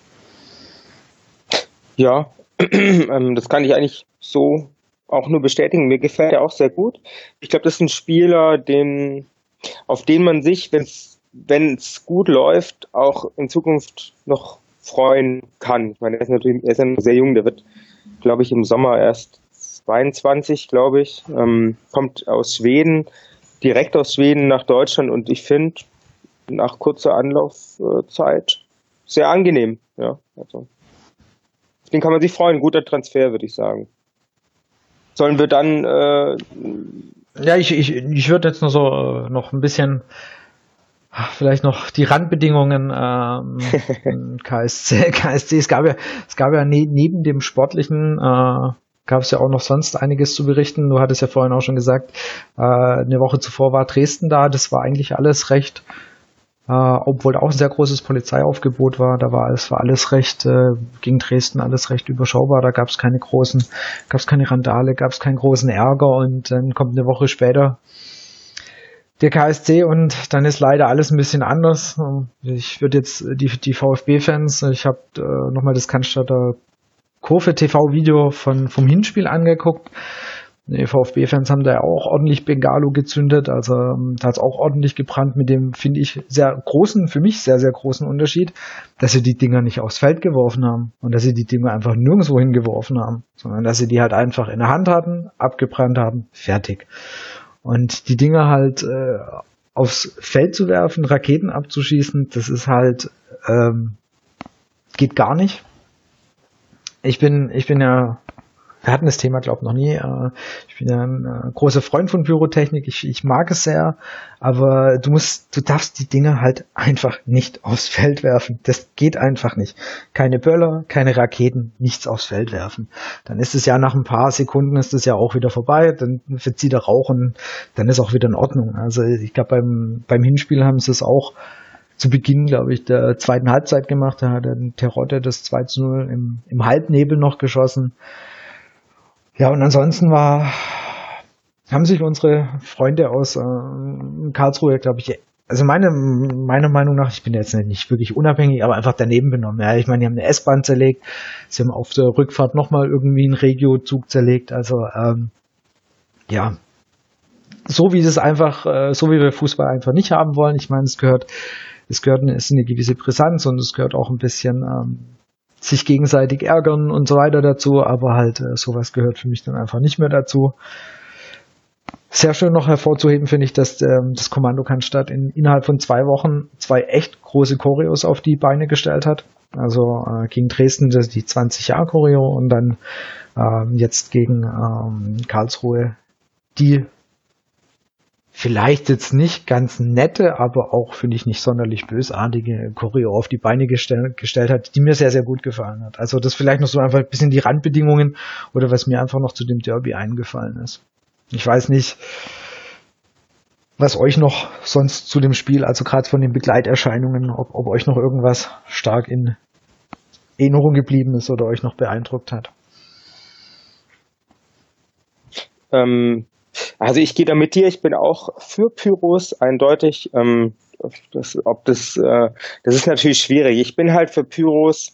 Ja, das kann ich eigentlich so auch nur bestätigen. Mir gefällt er auch sehr gut. Ich glaube, das ist ein Spieler, den, auf den man sich, wenn es gut läuft, auch in Zukunft noch freuen kann. Ich meine, er ist natürlich er ist ja noch sehr jung, der wird, glaube ich, im Sommer erst zweiundzwanzig, glaube ich, ähm, kommt aus Schweden, direkt aus Schweden nach Deutschland und ich finde, nach kurzer Anlaufzeit sehr angenehm. Ja, also. Den kann man sich freuen. Guter Transfer, würde ich sagen. Sollen wir dann... Äh ja, ich, ich, ich würde jetzt noch so äh, noch ein bisschen ach, vielleicht noch die Randbedingungen ähm, K S C, K S C. Es gab ja, es gab ja ne, neben dem Sportlichen äh, gab es ja auch noch sonst einiges zu berichten. Du hattest ja vorhin auch schon gesagt, äh, eine Woche zuvor war Dresden da. Das war eigentlich alles recht äh, obwohl auch ein sehr großes Polizeiaufgebot war. Da war alles, war alles recht, äh, gegen Dresden alles recht überschaubar. Da gab es keine großen, gab es keine Randale, gab es keinen großen Ärger und dann kommt eine Woche später der K S C und dann ist leider alles ein bisschen anders. Ich würde jetzt die, die VfB-Fans, ich habe äh, nochmal das Cannstatter Kurve T V-Video von vom Hinspiel angeguckt. Die VfB-Fans haben da ja auch ordentlich Bengalo gezündet, also ähm, da hat es auch ordentlich gebrannt mit dem, finde ich, sehr großen, für mich sehr, sehr großen Unterschied, dass sie die Dinger nicht aufs Feld geworfen haben und dass sie die Dinger einfach nirgendwo hingeworfen haben, sondern dass sie die halt einfach in der Hand hatten, abgebrannt haben, fertig. Und die Dinger halt äh, aufs Feld zu werfen, Raketen abzuschießen, das ist halt, ähm, geht gar nicht. Ich bin, ich bin ja, wir hatten das Thema, glaube ich, noch nie. Äh, ich bin ja ein äh, großer Freund von Pyrotechnik. Ich, ich mag es sehr, aber du musst, du darfst die Dinger halt einfach nicht aufs Feld werfen. Das geht einfach nicht. Keine Böller, keine Raketen, nichts aufs Feld werfen. Dann ist es ja nach ein paar Sekunden ist es ja auch wieder vorbei. Dann verzieht der Rauch und dann ist auch wieder in Ordnung. Also ich glaube, beim, beim Hinspiel haben sie es auch zu Beginn, glaube ich, der zweiten Halbzeit gemacht. Da hat der Terodde das zwei zu null im, im Halbnebel noch geschossen. Ja, und ansonsten war, haben sich unsere Freunde aus äh, Karlsruhe, glaube ich, also meine, meiner Meinung nach, ich bin jetzt nicht wirklich unabhängig, aber einfach daneben benommen. Ja, ich meine, die haben eine S-Bahn zerlegt, sie haben auf der Rückfahrt nochmal irgendwie einen Regio-Zug zerlegt, also ähm, ja, so wie das einfach, äh, so wie wir Fußball einfach nicht haben wollen. Ich meine, es gehört, es gehört eine, es ist eine gewisse Brisanz und es gehört auch ein bisschen ähm, sich gegenseitig ärgern und so weiter dazu, aber halt äh, sowas gehört für mich dann einfach nicht mehr dazu. Sehr schön noch hervorzuheben finde ich, dass ähm, das Kommando Cannstatt in, innerhalb von zwei Wochen zwei echt große Choreos auf die Beine gestellt hat. Also äh, gegen Dresden das die zwanzig-Jahr-Choreo und dann ähm, jetzt gegen ähm, Karlsruhe die vielleicht jetzt nicht ganz nette, aber auch, finde ich, nicht sonderlich bösartige Choreo auf die Beine gestell, gestellt hat, die mir sehr, sehr gut gefallen hat. Also das vielleicht noch so einfach ein bisschen die Randbedingungen oder was mir einfach noch zu dem Derby eingefallen ist. Ich weiß nicht, was euch noch sonst zu dem Spiel, also gerade von den Begleiterscheinungen, ob, ob euch noch irgendwas stark in Erinnerung geblieben ist oder euch noch beeindruckt hat. Ähm Also ich gehe da mit dir, ich bin auch für Pyros, eindeutig. Ähm, das, ob das, äh, das ist natürlich schwierig. Ich bin halt für Pyros,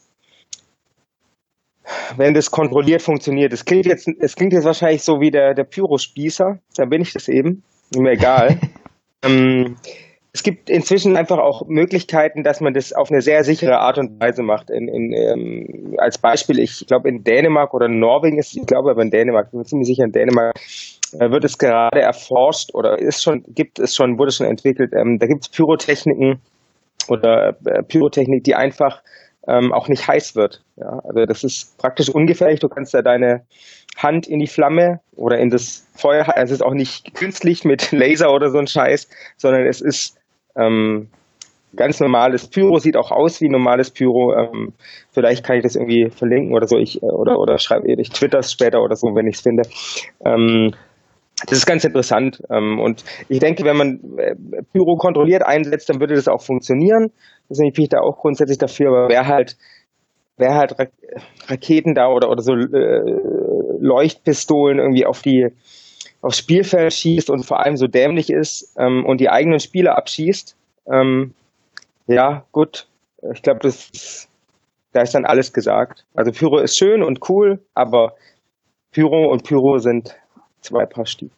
wenn das kontrolliert funktioniert. Es klingt jetzt, es klingt jetzt wahrscheinlich so wie der, der Pyrospießer, da bin ich das eben, mir egal. ähm, es gibt inzwischen einfach auch Möglichkeiten, dass man das auf eine sehr sichere Art und Weise macht. In, in, ähm, als Beispiel, ich glaube in Dänemark oder Norwegen ist, ich glaube aber in Dänemark, ich bin mir ziemlich sicher in Dänemark, wird es gerade erforscht oder ist schon, gibt es schon, wurde schon entwickelt. Ähm, da gibt es Pyrotechniken oder äh, Pyrotechnik, die einfach ähm, auch nicht heiß wird. Ja? Also das ist praktisch ungefährlich. Du kannst da deine Hand in die Flamme oder in das Feuer, also es ist auch nicht künstlich mit Laser oder so ein Scheiß, sondern es ist ähm, ganz normales Pyro, sieht auch aus wie normales Pyro. Ähm, vielleicht kann ich das irgendwie verlinken oder so, ich oder oder schreibe ich Twitter später oder so, wenn ich es finde. Ähm, Das ist ganz interessant ähm, und ich denke, wenn man äh, Pyro kontrolliert einsetzt, dann würde das auch funktionieren. Deswegen bin ich da auch grundsätzlich dafür, aber wer halt, wer halt Ra- Raketen da oder oder so äh, Leuchtpistolen irgendwie auf die aufs Spielfeld schießt und vor allem so dämlich ist ähm, und die eigenen Spieler abschießt, ähm, ja gut, ich glaube, das ist, da ist dann alles gesagt. Also Pyro ist schön und cool, aber Pyro und Pyro sind zwei Paar Stiefel.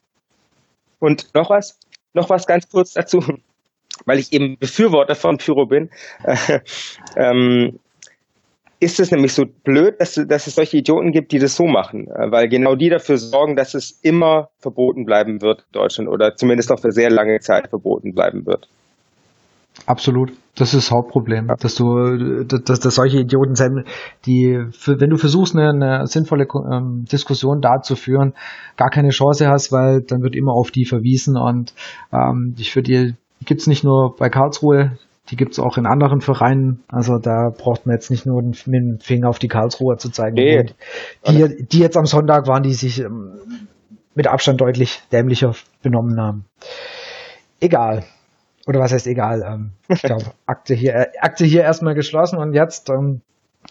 Und noch was, noch was ganz kurz dazu, weil ich eben Befürworter von Pyro bin, äh, ähm, ist es nämlich so blöd, dass, dass es solche Idioten gibt, die das so machen, äh, weil genau die dafür sorgen, dass es immer verboten bleiben wird in Deutschland oder zumindest noch für sehr lange Zeit verboten bleiben wird. Absolut. Das ist das Hauptproblem, ja. dass du, dass, dass solche Idioten sein, die, für, wenn du versuchst, eine, eine sinnvolle ähm, Diskussion da zu führen, gar keine Chance hast, weil dann wird immer auf die verwiesen und ähm, ich für die gibt's nicht nur bei Karlsruhe, die gibt's auch in anderen Vereinen. Also da braucht man jetzt nicht nur den, mit dem Finger auf die Karlsruher zu zeigen. Nee. Die, die jetzt am Sonntag waren, die sich ähm, mit Abstand deutlich dämlicher benommen haben. Egal. Oder was heißt egal? Ähm, ich glaube, Akte hier, Akte hier erstmal geschlossen und jetzt ähm,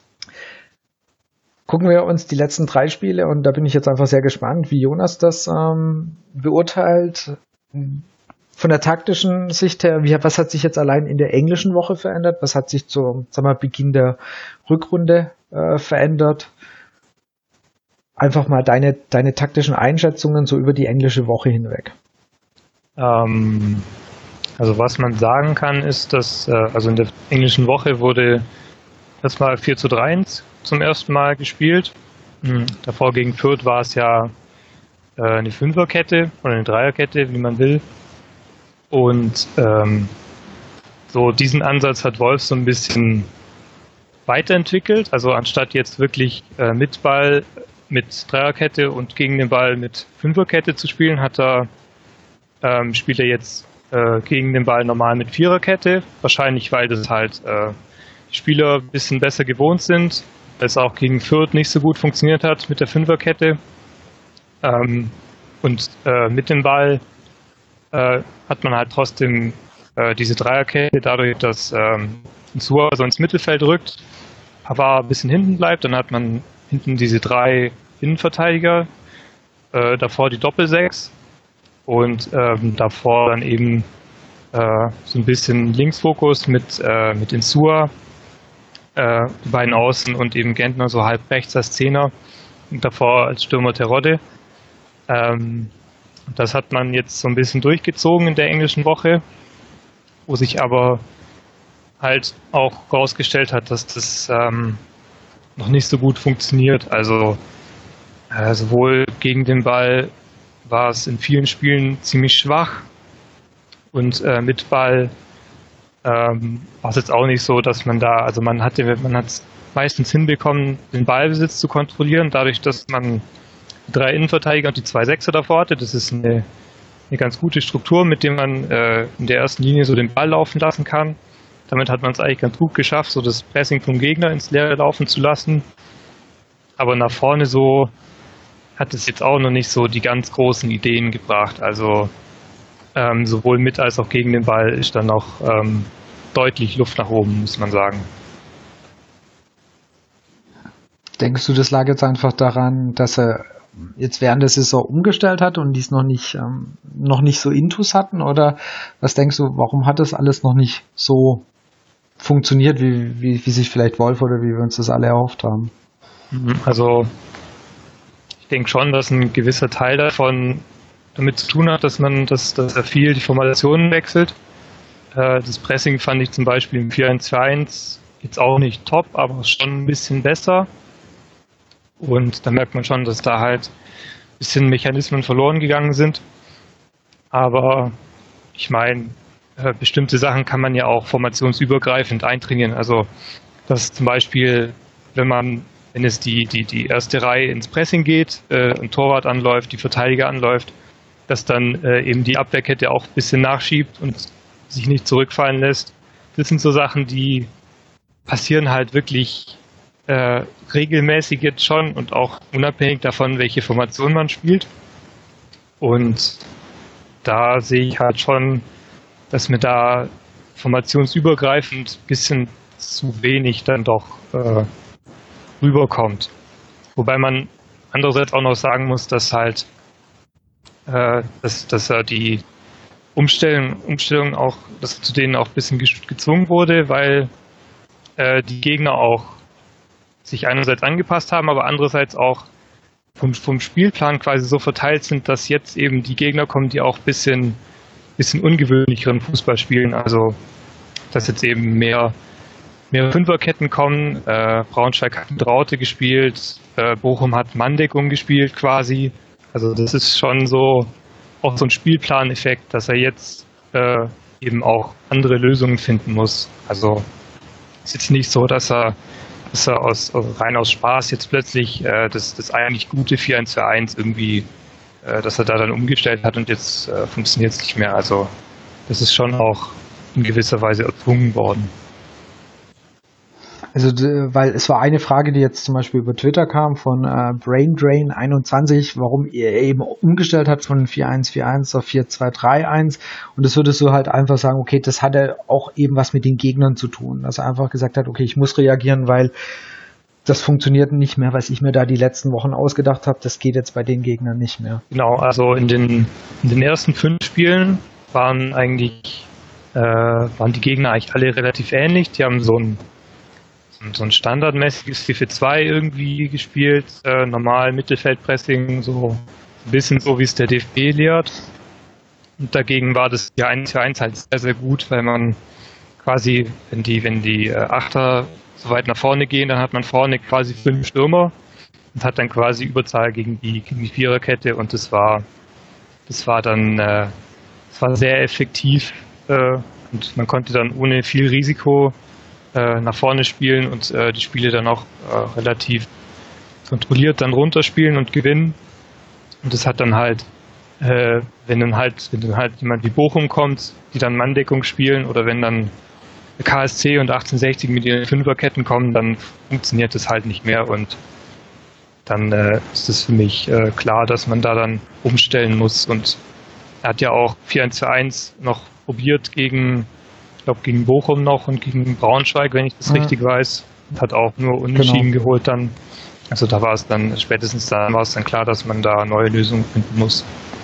gucken wir uns die letzten drei Spiele und da bin ich jetzt einfach sehr gespannt, wie Jonas das ähm, beurteilt. Von der taktischen Sicht her, wie, was hat sich jetzt allein in der englischen Woche verändert? Was hat sich zum sagen wir, Beginn der Rückrunde äh, verändert? Einfach mal deine, deine taktischen Einschätzungen so über die englische Woche hinweg. Ähm, also was man sagen kann, ist, dass äh, also in der englischen Woche wurde erstmal vier zu drei zum ersten Mal gespielt. Mhm. Davor gegen Fürth war es ja äh, eine Fünferkette oder eine Dreierkette, wie man will. Und ähm, so diesen Ansatz hat Wolf so ein bisschen weiterentwickelt. Also anstatt jetzt wirklich äh, mit Ball mit Dreierkette und gegen den Ball mit Fünferkette zu spielen, hat er ähm, spielt er jetzt äh, gegen den Ball normal mit Viererkette. Wahrscheinlich, weil das halt äh, die Spieler ein bisschen besser gewohnt sind, weil es auch gegen Fürth nicht so gut funktioniert hat mit der Fünferkette. Ähm, und äh, mit dem Ball äh, hat man halt trotzdem äh, diese Dreierkette, dadurch, dass ähm, Insua so ins Mittelfeld rückt, aber ein bisschen hinten bleibt. Dann hat man hinten diese drei Innenverteidiger, äh, davor die Doppelsechs und ähm, davor dann eben äh, so ein bisschen Linksfokus mit, äh, mit Insua, äh, die beiden Außen und eben Gentner so halb rechts als Zehner und davor als Stürmer Terodde. Ähm, das hat man jetzt so ein bisschen durchgezogen in der englischen Woche, wo sich aber halt auch herausgestellt hat, dass das ähm, noch nicht so gut funktioniert. Also äh, sowohl gegen den Ball war es in vielen Spielen ziemlich schwach und äh, mit Ball ähm, war es jetzt auch nicht so, dass man da, also man hatte, man hat es meistens hinbekommen, den Ballbesitz zu kontrollieren, dadurch, dass man die drei Innenverteidiger und die zwei Sechser davor hatte. Das ist eine, eine ganz gute Struktur, mit der man äh, in der ersten Linie so den Ball laufen lassen kann. Damit hat man es eigentlich ganz gut geschafft, so das Pressing vom Gegner ins Leere laufen zu lassen. Aber nach vorne so hat es jetzt auch noch nicht so die ganz großen Ideen gebracht. Also ähm, sowohl mit als auch gegen den Ball ist dann noch ähm, deutlich Luft nach oben, muss man sagen. Denkst du, das lag jetzt einfach daran, dass er jetzt während der Saison umgestellt hat und die es noch nicht ähm, noch nicht so Intus hatten? Oder was denkst du, warum hat das alles noch nicht so funktioniert, wie, wie, wie sich vielleicht Wolf oder wie wir uns das alle erhofft haben? Also ich denke schon, dass ein gewisser Teil davon damit zu tun hat, dass man, dass, dass er viel die Formationen wechselt. Äh, das Pressing fand ich zum Beispiel im vier eins zwei eins jetzt auch nicht top, aber schon ein bisschen besser. Und da merkt man schon, dass da halt ein bisschen Mechanismen verloren gegangen sind. Aber ich meine, äh, bestimmte Sachen kann man ja auch formationsübergreifend eintrainieren. Also dass zum Beispiel, wenn man, wenn es die, die, die erste Reihe ins Pressing geht, äh, ein Torwart anläuft, die Verteidiger anläuft, dass dann äh, eben die Abwehrkette auch ein bisschen nachschiebt und sich nicht zurückfallen lässt. Das sind so Sachen, die passieren halt wirklich Äh, regelmäßig jetzt schon und auch unabhängig davon, welche Formation man spielt. Und da sehe ich halt schon, dass mir da formationsübergreifend ein bisschen zu wenig dann doch äh, rüberkommt. Wobei man andererseits auch noch sagen muss, dass halt äh, dass, dass er die Umstellung, Umstellung auch, dass zu denen auch ein bisschen gezwungen wurde, weil äh, die Gegner auch sich einerseits angepasst haben, aber andererseits auch vom, vom Spielplan quasi so verteilt sind, dass jetzt eben die Gegner kommen, die auch ein bisschen, bisschen ungewöhnlicheren Fußball spielen. Also, dass jetzt eben mehr, mehr Fünferketten kommen. Äh, Braunschweig hat mit Raute gespielt, äh, Bochum hat Manndeckung gespielt quasi. Also, das ist schon so auch so ein Spielplaneffekt, dass er jetzt äh, eben auch andere Lösungen finden muss. Also, ist jetzt nicht so, dass er dass er aus, rein aus Spaß jetzt plötzlich äh, das, das eigentlich gute vier eins zwei eins irgendwie, äh, dass er da dann umgestellt hat und jetzt äh, funktioniert es nicht mehr. Also das ist schon auch in gewisser Weise erzwungen worden. Also, weil es war eine Frage, die jetzt zum Beispiel über Twitter kam von äh, Braindrain einundzwanzig, warum er eben umgestellt hat von vier eins vier eins auf vier zwei drei eins. Und das würdest du halt einfach sagen, okay, das hatte auch eben was mit den Gegnern zu tun. Dass er einfach gesagt hat, okay, ich muss reagieren, weil das funktioniert nicht mehr, was ich mir da die letzten Wochen ausgedacht habe. Das geht jetzt bei den Gegnern nicht mehr. Genau, also in den, in den ersten fünf Spielen waren eigentlich äh, waren die Gegner eigentlich alle relativ ähnlich. Die haben so ein so ein standardmäßiges vier vier zwei irgendwie gespielt, äh, normal Mittelfeldpressing, so ein bisschen so, wie es der D F B lehrt. Und dagegen war das ja eins für eins halt sehr, sehr gut, weil man quasi, wenn die, wenn die äh, Achter so weit nach vorne gehen, dann hat man vorne quasi fünf Stürmer und hat dann quasi Überzahl gegen die, gegen die Viererkette, und das war, das war dann, äh, das war sehr effektiv, äh, und man konnte dann ohne viel Risiko nach vorne spielen und äh, die Spiele dann auch äh, relativ kontrolliert dann runterspielen und gewinnen. Und das hat dann halt, äh, wenn dann halt, wenn dann halt jemand wie Bochum kommt, die dann Manndeckung spielen, oder wenn dann K S C und achtzehnhundertsechzig mit ihren Fünferketten kommen, dann funktioniert das halt nicht mehr, und dann äh, ist es für mich äh, klar, dass man da dann umstellen muss. Und er hat ja auch vier eins vier eins noch probiert gegen Ich glaube, gegen Bochum noch und gegen Braunschweig, wenn ich das ja. richtig weiß. Hat auch nur Unentschieden genau. geholt dann. Also da war es dann, spätestens da war es dann klar, dass man da neue Lösungen finden muss.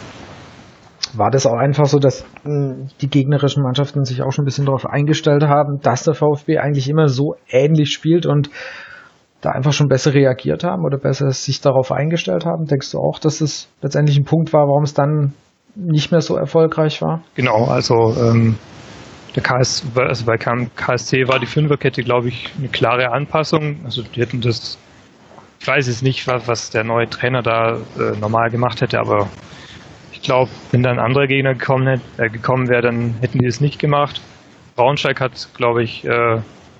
War das auch einfach so, dass mh, die gegnerischen Mannschaften sich auch schon ein bisschen darauf eingestellt haben, dass der VfB eigentlich immer so ähnlich spielt und da einfach schon besser reagiert haben oder besser sich darauf eingestellt haben? Denkst du auch, dass es letztendlich ein Punkt war, warum es dann nicht mehr so erfolgreich war? Genau, also ähm, Der K S, also bei K S C war die Fünferkette, glaube ich, eine klare Anpassung. Also die hätten das, ich weiß jetzt nicht, was, was der neue Trainer da äh, normal gemacht hätte, aber ich glaube, wenn da ein anderer Gegner gekommen, hätte, äh, gekommen wäre, dann hätten die es nicht gemacht. Braunschweig hat, glaube ich, äh,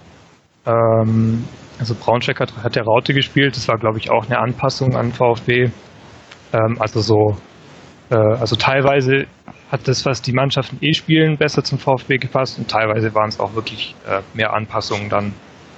ähm, also Braunschweig hat, hat der Raute gespielt. Das war, glaube ich, auch eine Anpassung an VfB. Ähm, also so, äh, also teilweise hat das, was die Mannschaften eh spielen, besser zum VfB gepasst, und teilweise waren es auch wirklich äh, mehr Anpassungen dann.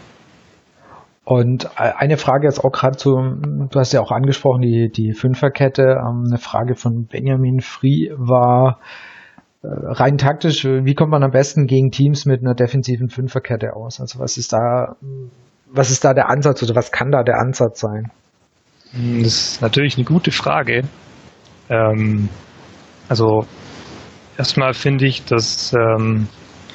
Und eine Frage jetzt auch gerade zu, du hast ja auch angesprochen, die, die Fünferkette, ähm, eine Frage von Benjamin Free war äh, rein taktisch, wie kommt man am besten gegen Teams mit einer defensiven Fünferkette aus? Also was ist da, was ist da der Ansatz oder was kann da der Ansatz sein? Das ist natürlich eine gute Frage. Ähm, also Erstmal finde ich, dass ähm,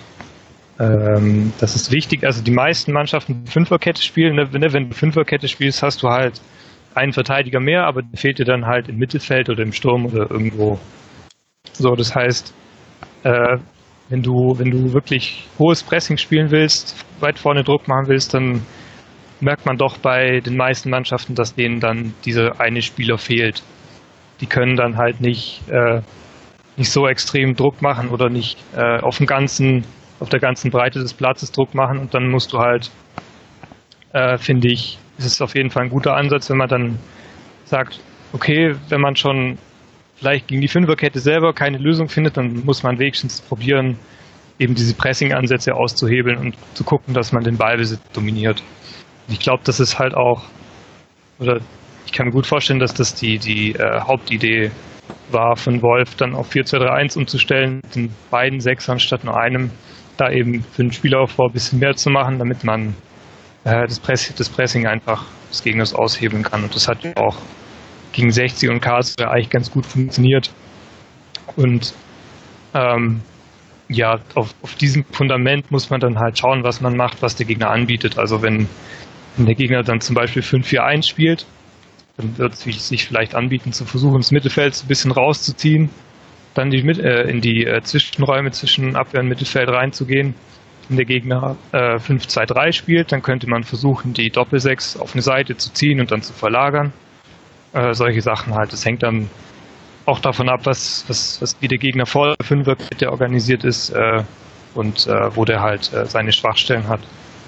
ähm, das ist wichtig. Also die meisten Mannschaften Fünferkette spielen. Ne? Wenn du Fünferkette spielst, hast du halt einen Verteidiger mehr, aber der fehlt dir dann halt im Mittelfeld oder im Sturm oder irgendwo. So, das heißt, äh, wenn du wenn du wirklich hohes Pressing spielen willst, weit vorne Druck machen willst, dann merkt man doch bei den meisten Mannschaften, dass denen dann dieser eine Spieler fehlt. Die können dann halt nicht äh, nicht so extrem Druck machen oder nicht äh, auf dem ganzen, auf der ganzen Breite des Platzes Druck machen, und dann musst du halt, äh, finde ich, ist es auf jeden Fall ein guter Ansatz, wenn man dann sagt, okay, wenn man schon vielleicht gegen die Fünferkette selber keine Lösung findet, dann muss man wenigstens probieren, eben diese Pressing-Ansätze auszuhebeln und zu gucken, dass man den Ballbesitz dominiert. Und ich glaube, das ist halt auch, oder ich kann mir gut vorstellen, dass das die, die äh, Hauptidee war von Wolf, dann auf vier zwei drei eins umzustellen, mit den beiden Sechsern statt nur einem, da eben für den Spielaufbau ein bisschen mehr zu machen, damit man äh, das, Press, das Pressing einfach des Gegners aushebeln kann. Und das hat ja auch gegen sechzig und Karlsruhe eigentlich ganz gut funktioniert. Und ähm, ja, auf, auf diesem Fundament muss man dann halt schauen, was man macht, was der Gegner anbietet. Also wenn, wenn der Gegner dann zum Beispiel fünf vier eins spielt, dann wird es sich vielleicht anbieten, zu versuchen, das Mittelfeld ein bisschen rauszuziehen, dann die, äh, in die äh, Zwischenräume zwischen Abwehr und Mittelfeld reinzugehen. Wenn der Gegner äh, fünf zwei drei spielt, dann könnte man versuchen, die Doppelsechs auf eine Seite zu ziehen und dann zu verlagern. Äh, solche Sachen halt. Das hängt dann auch davon ab, was, was, was wie der Gegner vor der Fünferkette organisiert ist äh, und äh, wo der halt äh, seine Schwachstellen hat.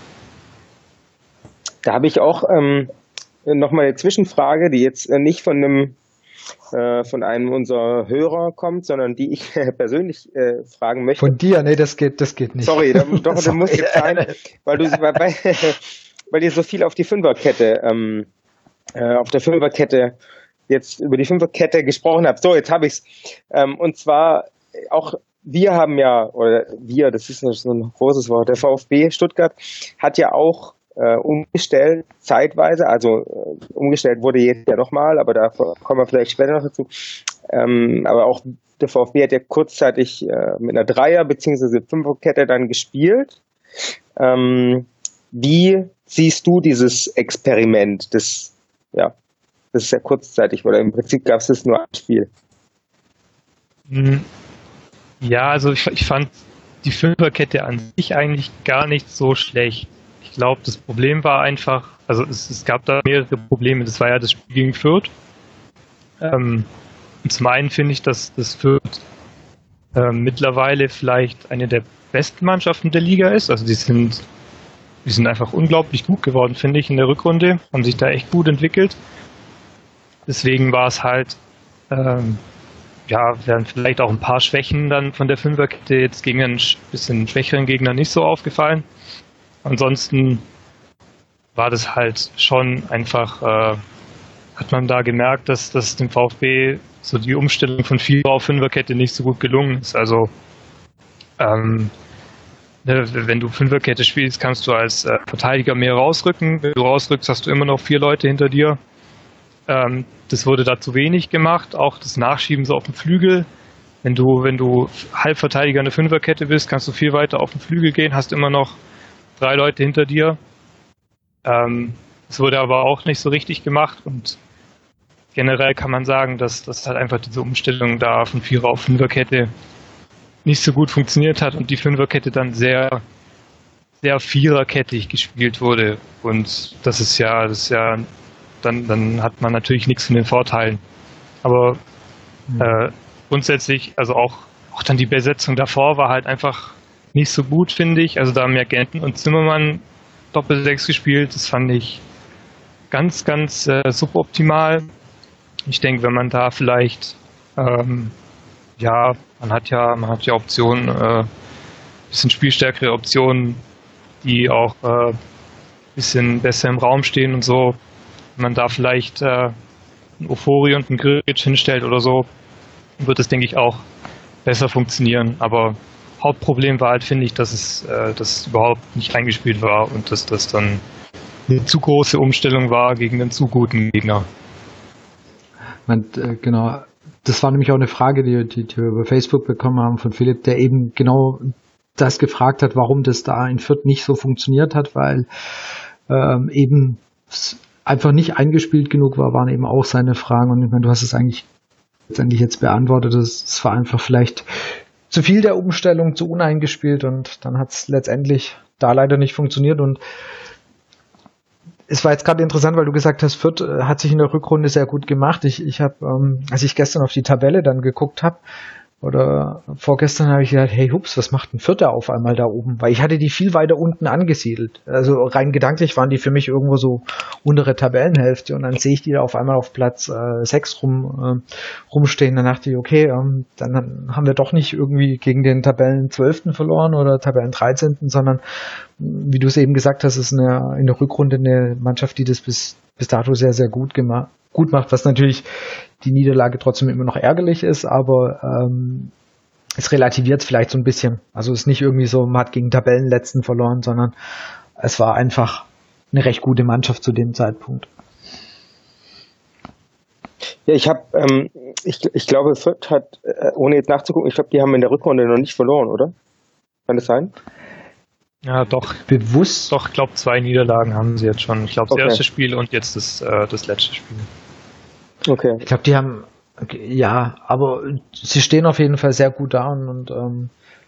Da habe ich auch ähm nochmal eine Zwischenfrage, die jetzt nicht von einem äh, von einem unserer Hörer kommt, sondern die ich äh, persönlich äh, fragen möchte. Von dir? Nee, das geht, das geht nicht. Sorry, da, doch, das muss jetzt sein, weil du, weil, weil ihr so viel auf die Fünferkette, ähm, äh, auf der Fünferkette, jetzt über die Fünferkette gesprochen habt. So, jetzt habe ich's. Ähm, und zwar auch wir haben ja, oder wir, das ist so ein großes Wort, der VfB Stuttgart hat ja auch äh, umgestellt, zeitweise, also äh, umgestellt wurde jetzt ja nochmal, aber da kommen wir vielleicht später noch dazu. Ähm, aber auch der VfB hat ja kurzzeitig äh, mit einer Dreier- bzw. Fünferkette dann gespielt. Ähm, wie siehst du dieses Experiment? Das, ja, das ist ja kurzzeitig, oder im Prinzip gab es das nur ein Spiel. Ja, also ich, ich fand die Fünferkette an sich eigentlich gar nicht so schlecht. Ich glaube, das Problem war einfach, also es, es gab da mehrere Probleme. Das war ja das Spiel gegen Fürth. Ähm, und zum einen finde ich, dass das Fürth äh, mittlerweile vielleicht eine der besten Mannschaften der Liga ist. Also die sind, die sind einfach unglaublich gut geworden, finde ich, in der Rückrunde. Haben sich da echt gut entwickelt. Deswegen war es halt, ähm, ja, wären vielleicht auch ein paar Schwächen dann von der Fünferkette jetzt gegen einen bisschen schwächeren Gegner nicht so aufgefallen. Ansonsten war das halt schon einfach, äh, hat man da gemerkt, dass, dass dem VfB so die Umstellung von Vierer auf Fünferkette nicht so gut gelungen ist. Also ähm, ne, wenn du Fünferkette spielst, kannst du als äh, Verteidiger mehr rausrücken. Wenn du rausrückst, hast du immer noch vier Leute hinter dir. Ähm, das wurde da zu wenig gemacht. Auch das Nachschieben so auf dem Flügel. Wenn du, wenn du Halbverteidiger in der Fünferkette bist, kannst du viel weiter auf den Flügel gehen, hast immer noch drei Leute hinter dir. Ähm, das wurde aber auch nicht so richtig gemacht und generell kann man sagen, dass das halt einfach diese Umstellung da von Vierer auf Fünferkette nicht so gut funktioniert hat und die Fünferkette dann sehr, sehr viererkettig gespielt wurde. Und das ist ja, das ist ja, dann, dann hat man natürlich nichts von den Vorteilen. Aber mhm. äh, grundsätzlich, also auch, auch dann die Besetzung davor war halt einfach nicht so gut, finde ich. Also da haben ja Genten und Zimmermann Doppel-Sechs gespielt. Das fand ich ganz, ganz äh, suboptimal. Ich denke, wenn man da vielleicht, ähm, ja, man hat ja, man hat ja Optionen, äh, bisschen spielstärkere Optionen, die auch äh, bisschen besser im Raum stehen und so. Wenn man da vielleicht äh, einen Ofori und einen Grilic hinstellt oder so, wird es, denke ich, auch besser funktionieren. Aber Hauptproblem war halt, finde ich, dass es äh, dass überhaupt nicht eingespielt war und dass das dann eine zu große Umstellung war gegen einen zu guten Gegner. Man, äh, genau, das war nämlich auch eine Frage, die, die, die wir über Facebook bekommen haben von Philipp, der eben genau das gefragt hat, warum das da in Fürth nicht so funktioniert hat, weil ähm, eben einfach nicht eingespielt genug war, waren eben auch seine Fragen. Und ich meine, du hast es eigentlich letztendlich jetzt beantwortet. Es war einfach vielleicht zu viel der Umstellung, zu uneingespielt und dann hat es letztendlich da leider nicht funktioniert. Und es war jetzt gerade interessant, weil du gesagt hast, Fürth hat sich in der Rückrunde sehr gut gemacht. Ich, ich habe, ähm, als ich gestern auf die Tabelle dann geguckt habe, oder vorgestern habe ich gedacht, hey Hups, was macht ein Vierter auf einmal da oben? Weil ich hatte die viel weiter unten angesiedelt. Also rein gedanklich waren die für mich irgendwo so untere Tabellenhälfte und dann sehe ich die da auf einmal auf Platz äh, sechs rum, äh, rumstehen. Dann dachte ich, okay, ähm, dann haben wir doch nicht irgendwie gegen den Tabellen zwölften verloren oder Tabellen dreizehnten, sondern wie du es eben gesagt hast, ist eine, in der Rückrunde eine Mannschaft, die das bis, bis dato sehr, sehr gut gemacht gut macht, was natürlich die Niederlage trotzdem immer noch ärgerlich ist, aber ähm, es relativiert es vielleicht so ein bisschen. Also es ist nicht irgendwie so, man hat gegen Tabellenletzten verloren, sondern es war einfach eine recht gute Mannschaft zu dem Zeitpunkt. Ja, ich habe, ähm, ich, ich glaube, Fürth hat, äh, ohne jetzt nachzugucken, ich glaube, die haben in der Rückrunde noch nicht verloren, oder? Kann das sein? Ja, doch. Bewusst? Doch, ich glaube, zwei Niederlagen haben sie jetzt schon. Ich glaube, das okay. erste Spiel und jetzt das, äh, das letzte Spiel. Okay. Ich glaube, die haben, okay, ja, aber sie stehen auf jeden Fall sehr gut da und, und ähm,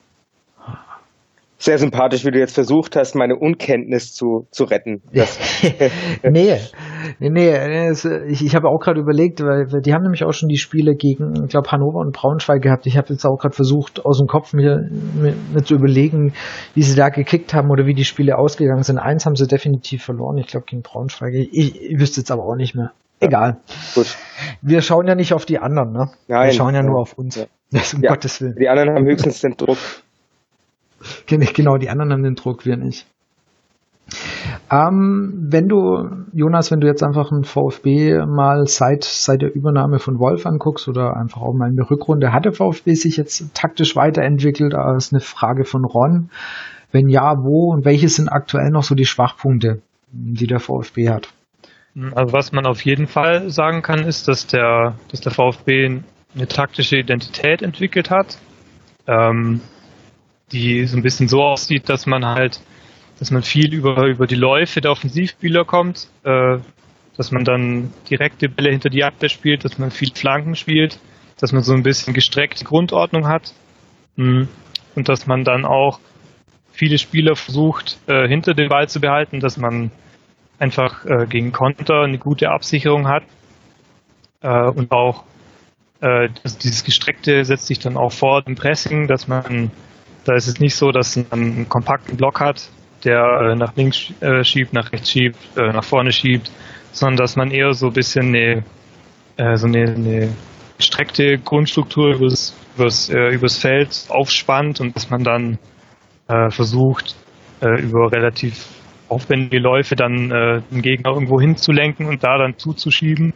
sehr sympathisch, wie du jetzt versucht hast, meine Unkenntnis zu, zu retten. nee, nee, nee, ich, ich habe auch gerade überlegt, weil die haben nämlich auch schon die Spiele gegen, ich glaube, Hannover und Braunschweig gehabt. Ich habe jetzt auch gerade versucht, aus dem Kopf mir, mir, mir zu überlegen, wie sie da gekickt haben oder wie die Spiele ausgegangen sind. Eins haben sie definitiv verloren, ich glaube, gegen Braunschweig. Ich, ich wüsste jetzt aber auch nicht mehr. Egal. Ja, gut. Wir schauen ja nicht auf die anderen, ne? Nein, wir schauen ja, ja nur auf uns. Ja. Das um ja. Gottes Willen. Die anderen haben höchstens den Druck. Genau, die anderen haben den Druck, wir nicht. Ähm, wenn du, Jonas, wenn du jetzt einfach einen VfB mal seit, seit der Übernahme von Wolf anguckst oder einfach auch mal in der Rückrunde, hat der VfB sich jetzt taktisch weiterentwickelt? Das ist eine Frage von Ron. Wenn ja, wo und welche sind aktuell noch so die Schwachpunkte, die der VfB hat? Also was man auf jeden Fall sagen kann, ist, dass der, dass der VfB eine taktische Identität entwickelt hat, ähm, die so ein bisschen so aussieht, dass man halt dass man viel über, über die Läufe der Offensivspieler kommt, äh, dass man dann direkte Bälle hinter die Abwehr spielt, dass man viel Flanken spielt, dass man so ein bisschen gestreckte Grundordnung hat mh. und dass man dann auch viele Spieler versucht, äh, hinter dem Ball zu behalten, dass man einfach äh, gegen Konter eine gute Absicherung hat äh, und auch äh, also dieses Gestreckte setzt sich dann auch vor im Pressing, dass man, da ist es nicht so, dass man einen kompakten Block hat, der äh, nach links äh, schiebt, nach rechts schiebt, äh, nach vorne schiebt, sondern dass man eher so ein bisschen eine, äh, so eine, eine gestreckte Grundstruktur übers, übers, äh, übers Feld aufspannt und dass man dann äh, versucht, äh, über relativ aufwendige Läufe dann äh, den Gegner irgendwo hinzulenken und da dann zuzuschieben.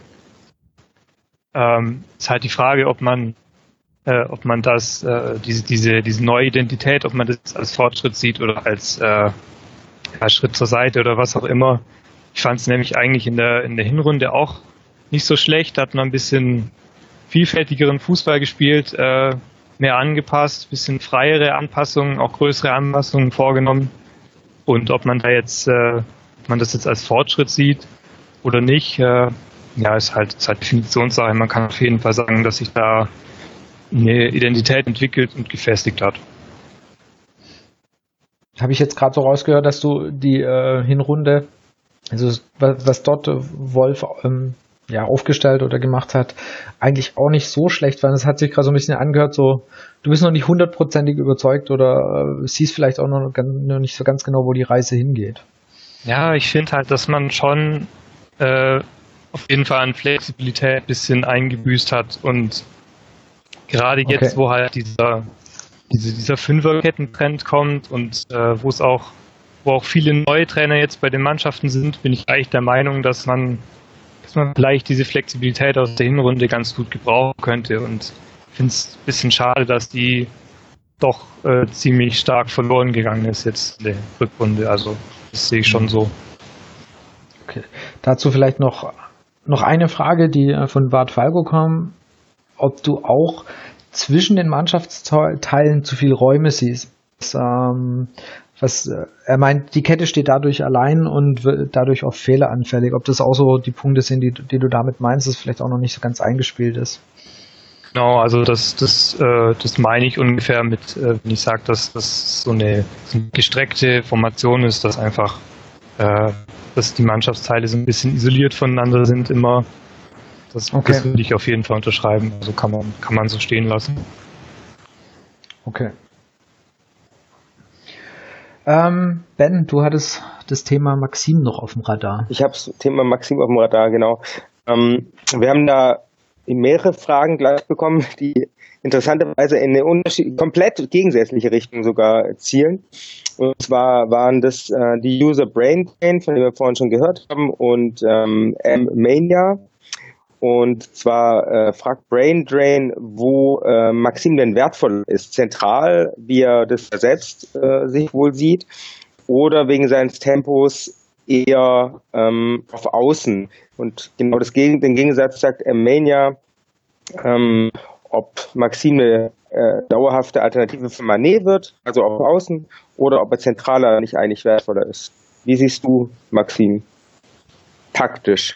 Ähm, ist halt die Frage, ob man äh, ob man das, äh, diese, diese, diese neue Identität, ob man das als Fortschritt sieht oder als äh, ja, Schritt zur Seite oder was auch immer. Ich fand es nämlich eigentlich in der, in der Hinrunde auch nicht so schlecht, da hat man ein bisschen vielfältigeren Fußball gespielt, äh, mehr angepasst, bisschen freiere Anpassungen, auch größere Anpassungen vorgenommen. Und ob man da jetzt, äh, ob man das jetzt als Fortschritt sieht oder nicht, äh, ja, ist halt, ist halt Definitionssache. Man kann auf jeden Fall sagen, dass sich da eine Identität entwickelt und gefestigt hat. Habe ich jetzt gerade so rausgehört, dass du die äh, Hinrunde, also was, was dort Wolf ähm, ja aufgestellt oder gemacht hat, eigentlich auch nicht so schlecht war. Das hat sich gerade so ein bisschen angehört, so du bist noch nicht hundertprozentig überzeugt oder äh, siehst vielleicht auch noch, noch nicht so ganz genau, wo die Reise hingeht. Ja, ich finde halt, dass man schon äh, auf jeden Fall an Flexibilität ein bisschen eingebüßt hat und gerade jetzt, okay, wo halt dieser, diese, dieser Fünferkettentrend kommt und äh, wo es auch, wo auch viele neue Trainer jetzt bei den Mannschaften sind, bin ich eigentlich der Meinung, dass man, dass man vielleicht diese Flexibilität aus der Hinrunde ganz gut gebrauchen könnte und ich finde es ein bisschen schade, dass die doch äh, ziemlich stark verloren gegangen ist jetzt in der Rückrunde. Also das sehe ich schon so. Okay. Dazu vielleicht noch, noch eine Frage, die von Bart Falco kam. Ob du auch zwischen den Mannschaftsteilen zu viele Räume siehst. Das, ähm, was, er meint, die Kette steht dadurch allein und wird dadurch auch fehleranfällig. Ob das auch so die Punkte sind, die, die du damit meinst, dass vielleicht auch noch nicht so ganz eingespielt ist. Genau, also das, das, äh, das meine ich ungefähr mit, äh, wenn ich sage, dass das so eine, so eine gestreckte Formation ist, dass einfach äh, dass die Mannschaftsteile so ein bisschen isoliert voneinander sind immer. Das, okay, das würde ich auf jeden Fall unterschreiben. Also kann man, kann man so stehen lassen. Okay. Ähm, Ben, du hattest das Thema Maxim noch auf dem Radar. Ich habe das Thema Maxim auf dem Radar, genau. Ähm, wir haben da mehrere Fragen gleich bekommen, die interessanterweise in eine Unterschied- komplett gegensätzliche Richtung sogar zielen. Und zwar waren das äh, die User Brain Drain, von dem wir vorhin schon gehört haben, und ähm, M-Mania. Und zwar äh, fragt Brain Drain, wo äh, Maxim denn wertvoll ist. Zentral, wie er das ersetzt äh, sich wohl sieht, oder wegen seines Tempos eher ähm, auf Außen. Und genau das Gegen- den Gegensatz sagt M-Mania, ähm, ob Maxim eine äh, dauerhafte Alternative für Mané wird, also auf Außen, oder ob er zentraler nicht eigentlich wertvoller ist. Wie siehst du Maxim taktisch?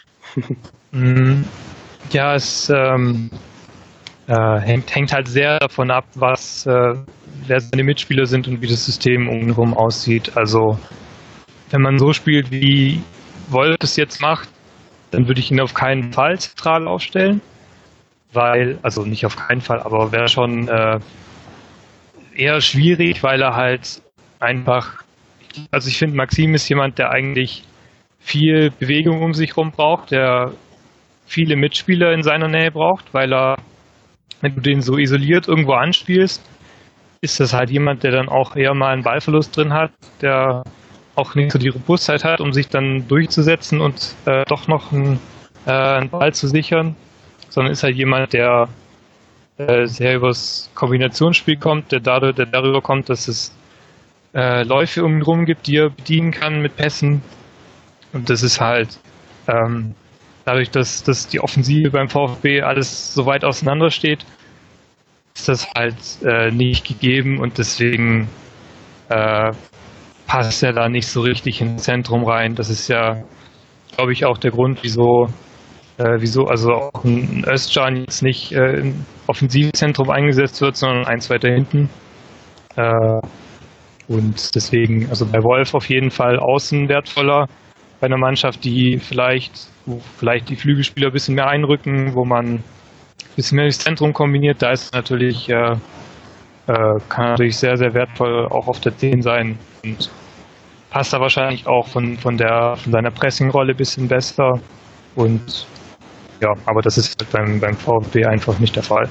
Ja, es ähm, äh, hängt, hängt halt sehr davon ab, was äh, wer seine Mitspieler sind und wie das System umherum aussieht. Also wenn man so spielt, wie Wolf es jetzt macht, dann würde ich ihn auf keinen Fall zentral aufstellen, weil, also nicht auf keinen Fall, aber wäre schon äh, eher schwierig, weil er halt einfach, also ich finde, Maxim ist jemand, der eigentlich viel Bewegung um sich herum braucht, der viele Mitspieler in seiner Nähe braucht, weil er, wenn du den so isoliert irgendwo anspielst, ist das halt jemand, der dann auch eher mal einen Ballverlust drin hat, der auch nicht so die Robustheit hat, um sich dann durchzusetzen und äh, doch noch einen, äh, einen Ball zu sichern, sondern ist halt jemand, der äh, sehr übers Kombinationsspiel kommt, der, dadurch, der darüber kommt, dass es äh, Läufe um ihn rum gibt, die er bedienen kann mit Pässen. Und das ist halt ähm, dadurch, dass, dass die Offensive beim VfB alles so weit auseinander steht, ist das halt äh, nicht gegeben und deswegen äh, passt er da nicht so richtig ins Zentrum rein. Das ist ja, glaube ich, auch der Grund, wieso, äh, wieso also auch ein Özcan jetzt nicht äh, im Offensivzentrum eingesetzt wird, sondern eins weiter hinten. Äh, und deswegen, also bei Wolf auf jeden Fall außen wertvoller, bei einer Mannschaft, die vielleicht, wo vielleicht die Flügelspieler ein bisschen mehr einrücken, wo man ein bisschen mehr das Zentrum kombiniert, da ist natürlich, äh, äh, kann natürlich sehr, sehr wertvoll auch auf der zehn sein und passt da wahrscheinlich auch von, von der, von seiner Pressingrolle ein bisschen besser und ja, aber das ist halt beim, beim VfB einfach nicht der Fall.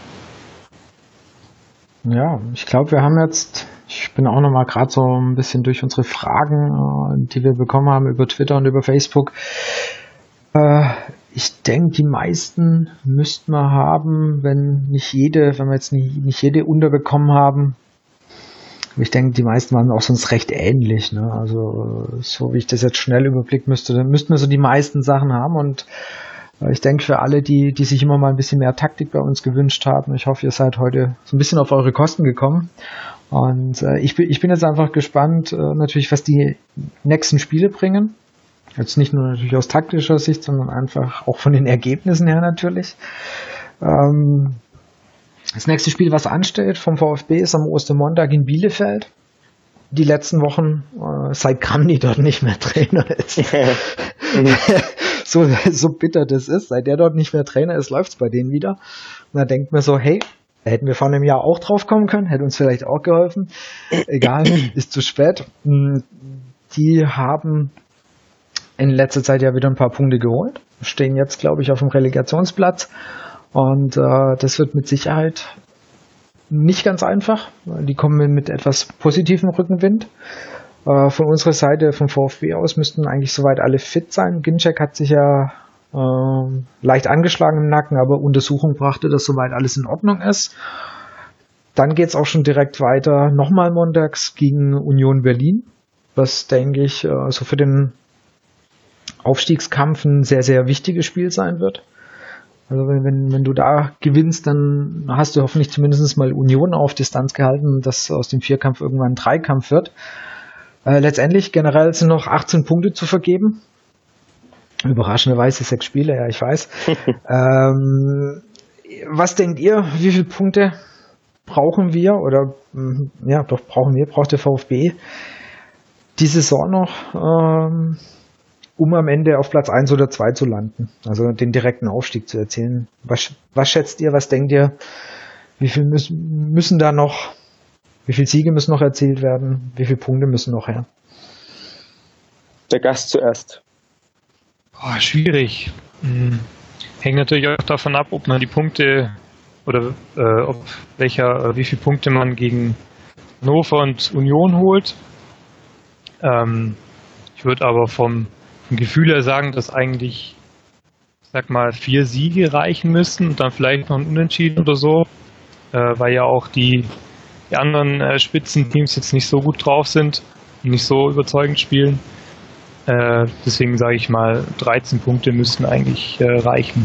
Ja, ich glaube, wir haben jetzt, ich bin auch nochmal gerade so ein bisschen durch unsere Fragen, die wir bekommen haben über Twitter und über Facebook. Äh, ich denke, die meisten müssten wir haben, wenn nicht jede, wenn wir jetzt nicht, nicht jede unterbekommen haben. Ich denke, die meisten waren auch sonst recht ähnlich. Ne? Also so wie ich das jetzt schnell überblicken müsste, dann müssten wir so die meisten Sachen haben und ich denke, für alle, die, die sich immer mal ein bisschen mehr Taktik bei uns gewünscht haben, ich hoffe, ihr seid heute so ein bisschen auf eure Kosten gekommen. Und äh, ich, bin, ich bin jetzt einfach gespannt, äh, natürlich, was die nächsten Spiele bringen. Jetzt nicht nur natürlich aus taktischer Sicht, sondern einfach auch von den Ergebnissen her natürlich. Ähm, das nächste Spiel, was ansteht vom VfB, ist am Ostermontag in Bielefeld. Die letzten Wochen, äh, seit Kramny dort nicht mehr Trainer ist. so, so bitter das ist, seit der dort nicht mehr Trainer ist, läuft's bei denen wieder. Und da denkt man so, hey, da hätten wir vor einem Jahr auch drauf kommen können, hätte uns vielleicht auch geholfen. Egal, ist zu spät. Die haben in letzter Zeit ja wieder ein paar Punkte geholt, stehen jetzt, glaube ich, auf dem Relegationsplatz. Und äh, das wird mit Sicherheit nicht ganz einfach. Die kommen mit etwas positivem Rückenwind. Äh, von unserer Seite, vom VfB aus, müssten eigentlich soweit alle fit sein. Ginczek hat sich ja äh, leicht angeschlagen im Nacken, aber Untersuchung brachte, dass soweit alles in Ordnung ist. Dann geht's auch schon direkt weiter, nochmal montags gegen Union Berlin, was, denke ich, äh, so für den Aufstiegskampf ein sehr, sehr wichtiges Spiel sein wird. Also wenn, wenn, wenn du da gewinnst, dann hast du hoffentlich zumindest mal Union auf Distanz gehalten, dass aus dem Vierkampf irgendwann ein Dreikampf wird. Äh, letztendlich generell sind noch achtzehn Punkte zu vergeben. Überraschenderweise sechs Spiele, ja, ich weiß. ähm, was denkt ihr, wie viele Punkte brauchen wir oder ja, doch brauchen wir, braucht der VfB die Saison noch, ähm, um am Ende auf Platz eins oder zwei zu landen, also den direkten Aufstieg zu erzielen. Was, was schätzt ihr, was denkt ihr, wie viel müssen, müssen da noch, wie viele Siege müssen noch erzielt werden, wie viele Punkte müssen noch her? Der Gast zuerst. Oh, schwierig. Hm. Hängt natürlich auch davon ab, ob man die Punkte oder äh, ob welcher, äh, wie viele Punkte man gegen Hannover und Union holt. Ähm, ich würde aber vom vom Gefühl her sagen, dass eigentlich, ich sag mal, vier Siege reichen müssten und dann vielleicht noch ein Unentschieden oder so, äh, weil ja auch die, die anderen äh, Spitzenteams jetzt nicht so gut drauf sind und nicht so überzeugend spielen. Äh, deswegen sage ich mal, dreizehn Punkte müssten eigentlich äh, reichen.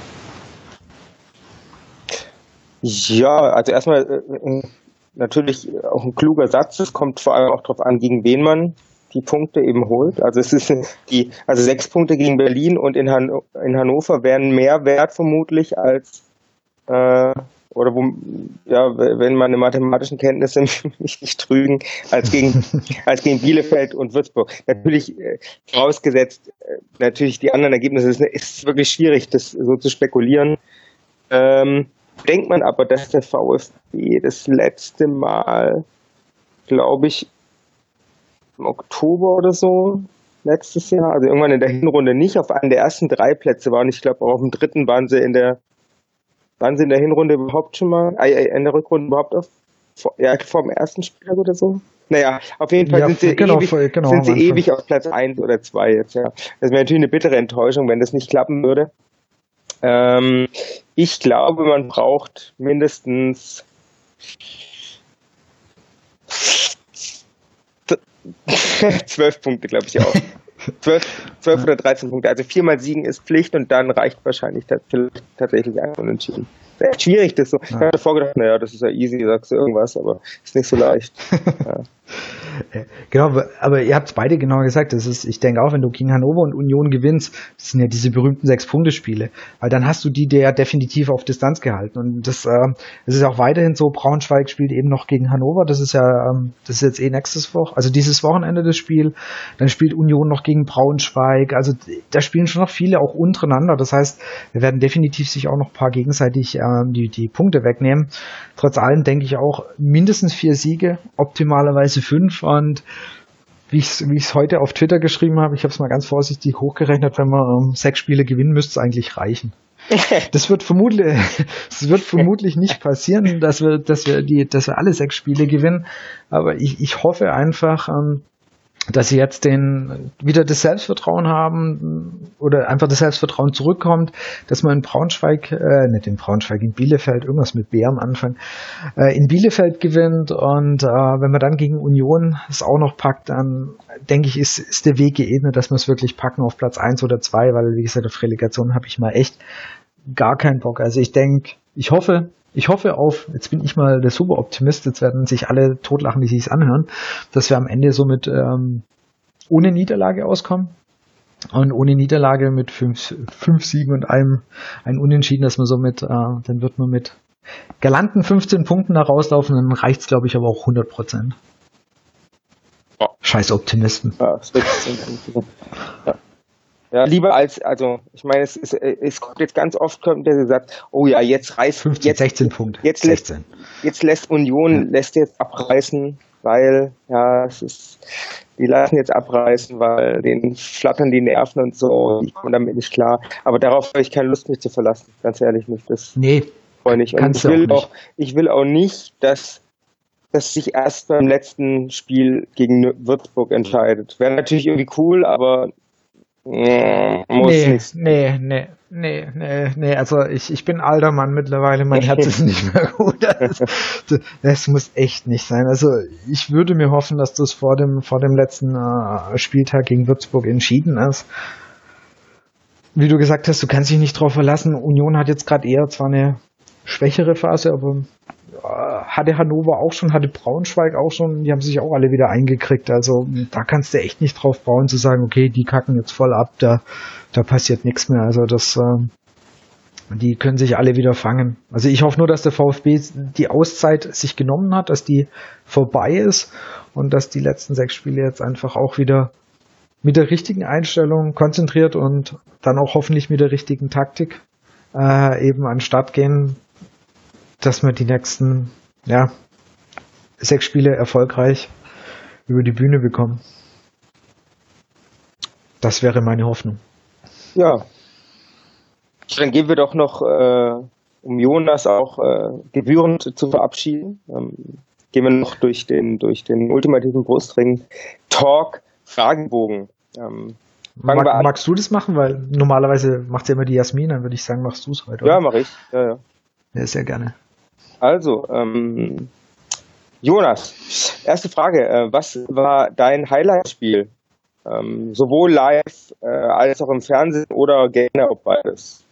Ja, also erstmal äh, natürlich auch ein kluger Satz. Es kommt vor allem auch darauf an, gegen wen man die Punkte eben holt. Also es ist die, also sechs Punkte gegen Berlin und in, Han- in Hannover wären mehr wert vermutlich als äh, oder wo, ja, wenn meine mathematischen Kenntnisse mich nicht trügen, als gegen als gegen Bielefeld und Würzburg. Natürlich äh, vorausgesetzt, äh, natürlich die anderen Ergebnisse, es ist wirklich schwierig, das so zu spekulieren. Ähm, denkt man aber, dass der VfB das letzte Mal, glaube ich, im Oktober oder so, letztes Jahr, also irgendwann in der Hinrunde nicht auf einen der ersten drei Plätze waren. Ich glaube, auch auf dem dritten waren sie in der, waren sie in der Hinrunde überhaupt schon mal, äh, in der Rückrunde überhaupt auf vor, ja, vor dem ersten Spieltag oder so. Naja, auf jeden Fall Ja, sind sie, genau, ewig, genau, sind sie am Anfang. ewig auf Platz eins oder zwei jetzt, ja. Das wäre natürlich eine bittere Enttäuschung, wenn das nicht klappen würde. Ähm, ich glaube, man braucht mindestens zwölf Punkte, glaube ich auch. zwölf, zwölf oder dreizehn Punkte. Also viermal Siegen ist Pflicht und dann reicht wahrscheinlich tatsächlich ein Unentschieden. Das ist echt schwierig, das so. Ja. Ich hatte vorgedacht, naja, das ist ja easy, sagst du irgendwas, aber ist nicht so leicht. Ja. Genau, aber ihr habt es beide genau gesagt. Das ist, ich denke auch, wenn du gegen Hannover und Union gewinnst, das sind ja diese berühmten Sechs-Punkte-Spiele, weil dann hast du die der definitiv auf Distanz gehalten. Und das, äh, das ist auch weiterhin so. Braunschweig spielt eben noch gegen Hannover. Das ist ja, ähm, das ist jetzt eh nächstes Woche, also dieses Wochenende das Spiel. Dann spielt Union noch gegen Braunschweig. Also da spielen schon noch viele auch untereinander. Das heißt, wir werden definitiv sich auch noch ein paar gegenseitig ähm, die die Punkte wegnehmen. Trotz allem denke ich auch mindestens vier Siege, optimalerweise fünf. Und wie ich es wie ich es heute auf Twitter geschrieben habe, ich habe es mal ganz vorsichtig hochgerechnet, wenn wir ähm, sechs Spiele gewinnen, müsste es eigentlich reichen. Das wird vermutlich, das wird vermutlich nicht passieren, dass wir, dass wir die, dass wir alle sechs Spiele gewinnen. Aber ich, ich hoffe einfach, ähm, dass sie jetzt den wieder das Selbstvertrauen haben oder einfach das Selbstvertrauen zurückkommt, dass man in Braunschweig, äh, nicht in Braunschweig, in Bielefeld, irgendwas mit B am Anfang, äh, in Bielefeld gewinnt und äh, wenn man dann gegen Union es auch noch packt, dann denke ich, ist, ist der Weg geebnet, dass wir es wirklich packen auf Platz eins oder zwei, weil wie gesagt, auf Relegation habe ich mal echt gar keinen Bock. Also ich denke, ich hoffe, Ich hoffe auf, jetzt bin ich mal der Superoptimist, jetzt werden sich alle totlachen, die sich's anhören, dass wir am Ende so mit ähm, ohne Niederlage auskommen und ohne Niederlage mit fünf, fünf Siegen und einem ein Unentschieden, dass man so mit, äh, dann wird man mit galanten fünfzehn Punkten da rauslaufen, dann reicht's glaube ich aber auch hundert Prozent. Ja. Scheiß Optimisten. Ja, das wird ja. Ja, lieber als, also ich meine, es, es, es kommt jetzt ganz oft, kommt der sagt, oh ja, jetzt reißt fünfzehn, jetzt, sechzehn Punkte. Jetzt lässt, jetzt lässt Union, ja. lässt jetzt abreißen, weil, ja, es ist, die lassen jetzt abreißen, weil denen flattern die Nerven und so, ich komme damit nicht klar. Aber darauf habe ich keine Lust, mich zu verlassen, ganz ehrlich nicht. Das nee, freue ich. Und ich will auch, auch, ich will auch nicht, dass das sich erst beim letzten Spiel gegen Würzburg entscheidet. Wäre natürlich irgendwie cool, aber Nee, muss nee, nicht. nee, nee, nee, nee, nee, also ich, ich bin alter Mann mittlerweile, mein Herz ist nicht mehr gut. Das, das muss echt nicht sein. Also ich würde mir hoffen, dass das vor dem, vor dem letzten äh, Spieltag gegen Würzburg entschieden ist. Wie du gesagt hast, du kannst dich nicht drauf verlassen. Union hat jetzt gerade eher zwar eine schwächere Phase, aber hatte Hannover auch schon, hatte Braunschweig auch schon, die haben sich auch alle wieder eingekriegt, also da kannst du echt nicht drauf bauen zu sagen, okay, die kacken jetzt voll ab, da, da passiert nichts mehr, also das, äh, die können sich alle wieder fangen. Also ich hoffe nur, dass der VfB die Auszeit sich genommen hat, dass die vorbei ist und dass die letzten sechs Spiele jetzt einfach auch wieder mit der richtigen Einstellung konzentriert und dann auch hoffentlich mit der richtigen Taktik äh, eben an den Start gehen, dass wir die nächsten, ja, sechs Spiele erfolgreich über die Bühne bekommen. Das wäre meine Hoffnung. Ja. Dann gehen wir doch noch, äh, um Jonas auch äh, gebührend zu verabschieden, ähm, gehen wir noch durch den durch den ultimativen Brustring Talk Fragenbogen. Ähm, Mag, magst du das machen? Weil normalerweise macht ja immer die Jasmin, dann würde ich sagen, machst du es heute. Ja, mache ich. Ja, ja. Ja, sehr gerne. Also, ähm, Jonas, erste Frage. Äh, was war dein Highlight-Spiel? Ähm, sowohl live äh, als auch im Fernsehen oder gerne auch beides?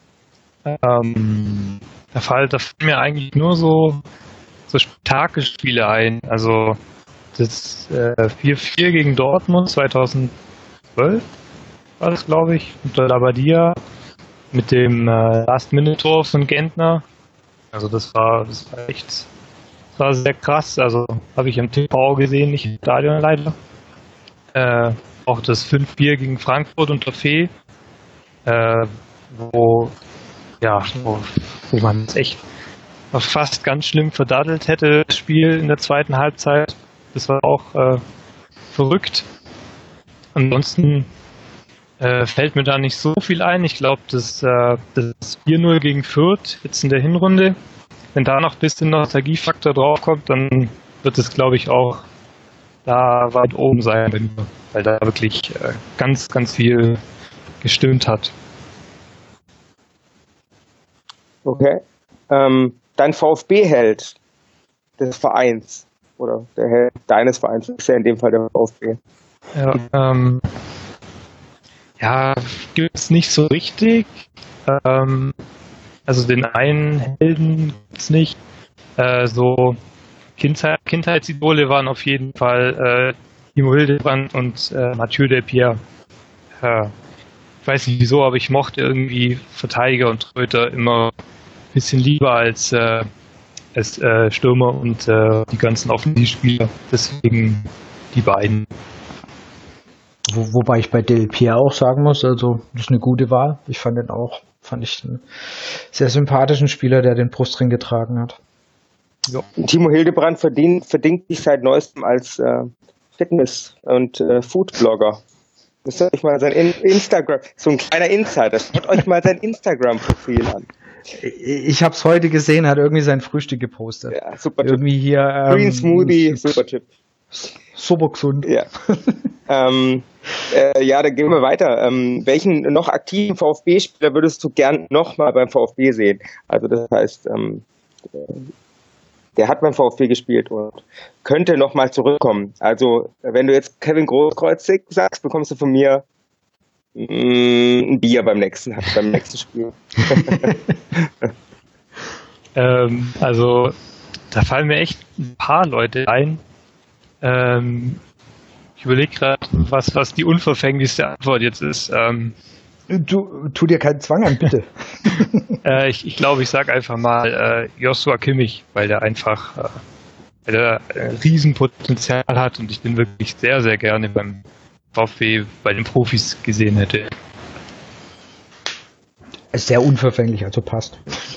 Ähm, da fallen da fallen mir eigentlich nur so, so Spektakelspiele ein. Also das äh, vier vier gegen Dortmund zweitausendzwölf war das, glaube ich, unter Labadia mit dem äh, Last-Minute-Tor von Gentner. Also das war, das war echt, das war sehr krass. Also habe ich im T V gesehen, nicht im Stadion leider. Äh, auch das fünf vier gegen Frankfurt unter Fee, äh, wo ja, wo, wo man es echt fast ganz schlimm verdattelt hätte, das Spiel in der zweiten Halbzeit. Das war auch äh, verrückt. Ansonsten äh, fällt mir da nicht so viel ein. Ich glaube, das, äh, das vier null gegen Fürth jetzt in der Hinrunde wenn da noch ein bisschen Nostalgiefaktor draufkommt, dann wird es, glaube ich, auch da weit oben sein, weil da wirklich äh, ganz, ganz viel gestimmt hat. Okay. Ähm, dein VfB-Held des Vereins oder der Held deines Vereins ist ja in dem Fall der VfB. Ja, ähm, ja gibt es nicht so richtig. Ähm, also den einen Helden gibt es nicht. Äh, so Kindheit, Kindheitsidole waren auf jeden Fall äh, Timo Hildebrand und äh, Mathieu Delpierre. Ja, ich weiß nicht wieso, aber ich mochte irgendwie Verteidiger und Tröter immer ein bisschen lieber als, äh, als äh, Stürmer und äh, die ganzen Offensivspieler. Deswegen die beiden. Wo, wobei ich bei Delpierre auch sagen muss, also das ist eine gute Wahl. Ich fand den auch, fand ich einen sehr sympathischen Spieler, der den Brustring getragen hat. Ja. Timo Hildebrand verdient, verdient sich seit neuestem als äh, Fitness- und äh, Food-Blogger. Müsst ihr euch mal sein In- Instagram, so ein kleiner Insider, schaut euch mal sein Instagram-Profil an. Ich habe es heute gesehen, hat irgendwie sein Frühstück gepostet. Ja, super Tipp. Irgendwie hier ähm, Green Smoothie, super Tipp. Super gesund. Ja. ähm, äh, ja, dann gehen wir weiter. Ähm, welchen noch aktiven VfB-Spieler würdest du gern nochmal beim VfB sehen? Also das heißt, ähm, der hat beim VfB gespielt und könnte nochmal zurückkommen. Also wenn du jetzt Kevin Großkreuzig sagst, bekommst du von mir mh, ein Bier beim nächsten, beim nächsten Spiel. ähm, also da fallen mir echt ein paar Leute ein. Ähm, ich überlege gerade, was, was die unverfänglichste Antwort jetzt ist. Ähm, du, tu dir keinen Zwang an, bitte. äh, ich ich glaube, ich sage einfach mal äh, Joshua Kimmich, weil der einfach äh, weil der äh, Riesenpotenzial hat und ich den wirklich sehr, sehr gerne beim VfB bei den Profis gesehen hätte. Ist sehr unverfänglich, also passt.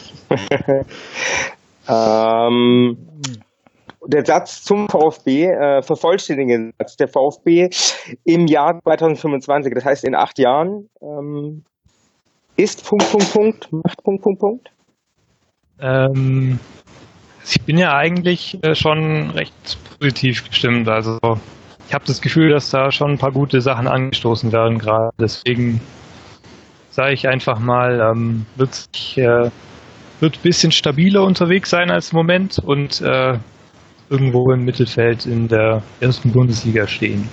ähm, der Satz zum VfB, äh, vervollständigen Satz, der VfB im Jahr zwanzig fünfundzwanzig, das heißt in acht Jahren, ähm, ist Punkt, Punkt, Punkt, macht Punkt, Punkt, Punkt. Ähm, ich bin ja eigentlich äh, schon recht positiv gestimmt, also ich habe das Gefühl, dass da schon ein paar gute Sachen angestoßen werden gerade, deswegen sage ich einfach mal, ähm, wird sich, äh, wird ein bisschen stabiler unterwegs sein als im Moment und äh, irgendwo im Mittelfeld in der ersten Bundesliga stehen.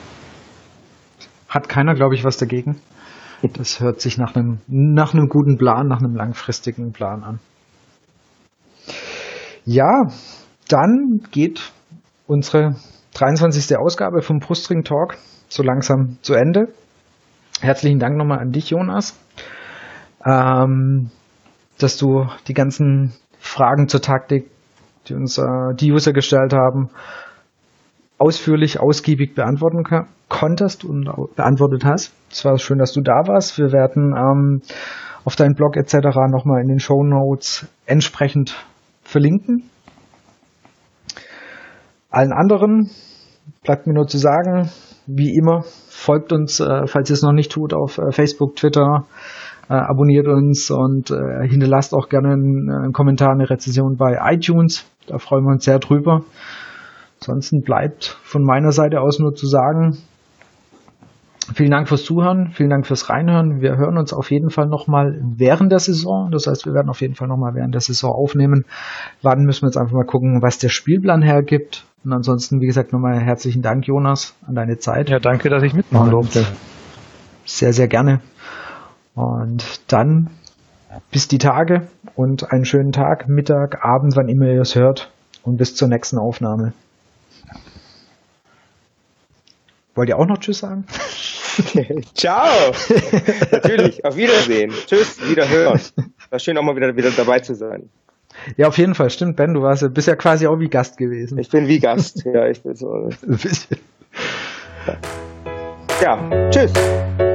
Hat keiner, glaube ich, was dagegen. Das hört sich nach einem, nach einem guten Plan, nach einem langfristigen Plan an. Ja, dann geht unsere dreiundzwanzigste Ausgabe vom Brustring Talk so langsam zu Ende. Herzlichen Dank nochmal an dich, Jonas, ähm, dass du die ganzen Fragen zur Taktik, die uns äh, die User gestellt haben, ausführlich, ausgiebig beantworten ka- konntest und beantwortet hast. Es war schön, dass du da warst. Wir werden ähm, auf deinen Blog et cetera nochmal in den Shownotes entsprechend verlinken. Allen anderen bleibt mir nur zu sagen, wie immer, folgt uns, äh, falls ihr es noch nicht tut, auf äh, Facebook, Twitter, äh, abonniert uns und äh, hinterlasst auch gerne einen, einen Kommentar, eine Rezension bei iTunes. Da freuen wir uns sehr drüber. Ansonsten bleibt von meiner Seite aus nur zu sagen, vielen Dank fürs Zuhören, vielen Dank fürs Reinhören. Wir hören uns auf jeden Fall nochmal während der Saison. Das heißt, wir werden auf jeden Fall nochmal während der Saison aufnehmen. Warten müssen wir jetzt einfach mal gucken, was der Spielplan hergibt. Und ansonsten, wie gesagt, nochmal herzlichen Dank, Jonas, an deine Zeit. Ja, danke, dass ich mitmachen durfte. Sehr, sehr gerne. Und dann bis die Tage und einen schönen Tag, Mittag, Abend, wann immer ihr es hört. Und bis zur nächsten Aufnahme. Wollt ihr auch noch Tschüss sagen? Ciao! Natürlich, auf Wiedersehen. Tschüss, Wiederhören. War schön, auch mal wieder, wieder dabei zu sein. Ja, auf jeden Fall. Stimmt, Ben, du warst ja, bist ja quasi auch wie Gast gewesen. Ich bin wie Gast. Ja, ich bin so. Ein bisschen. Ja, tschüss.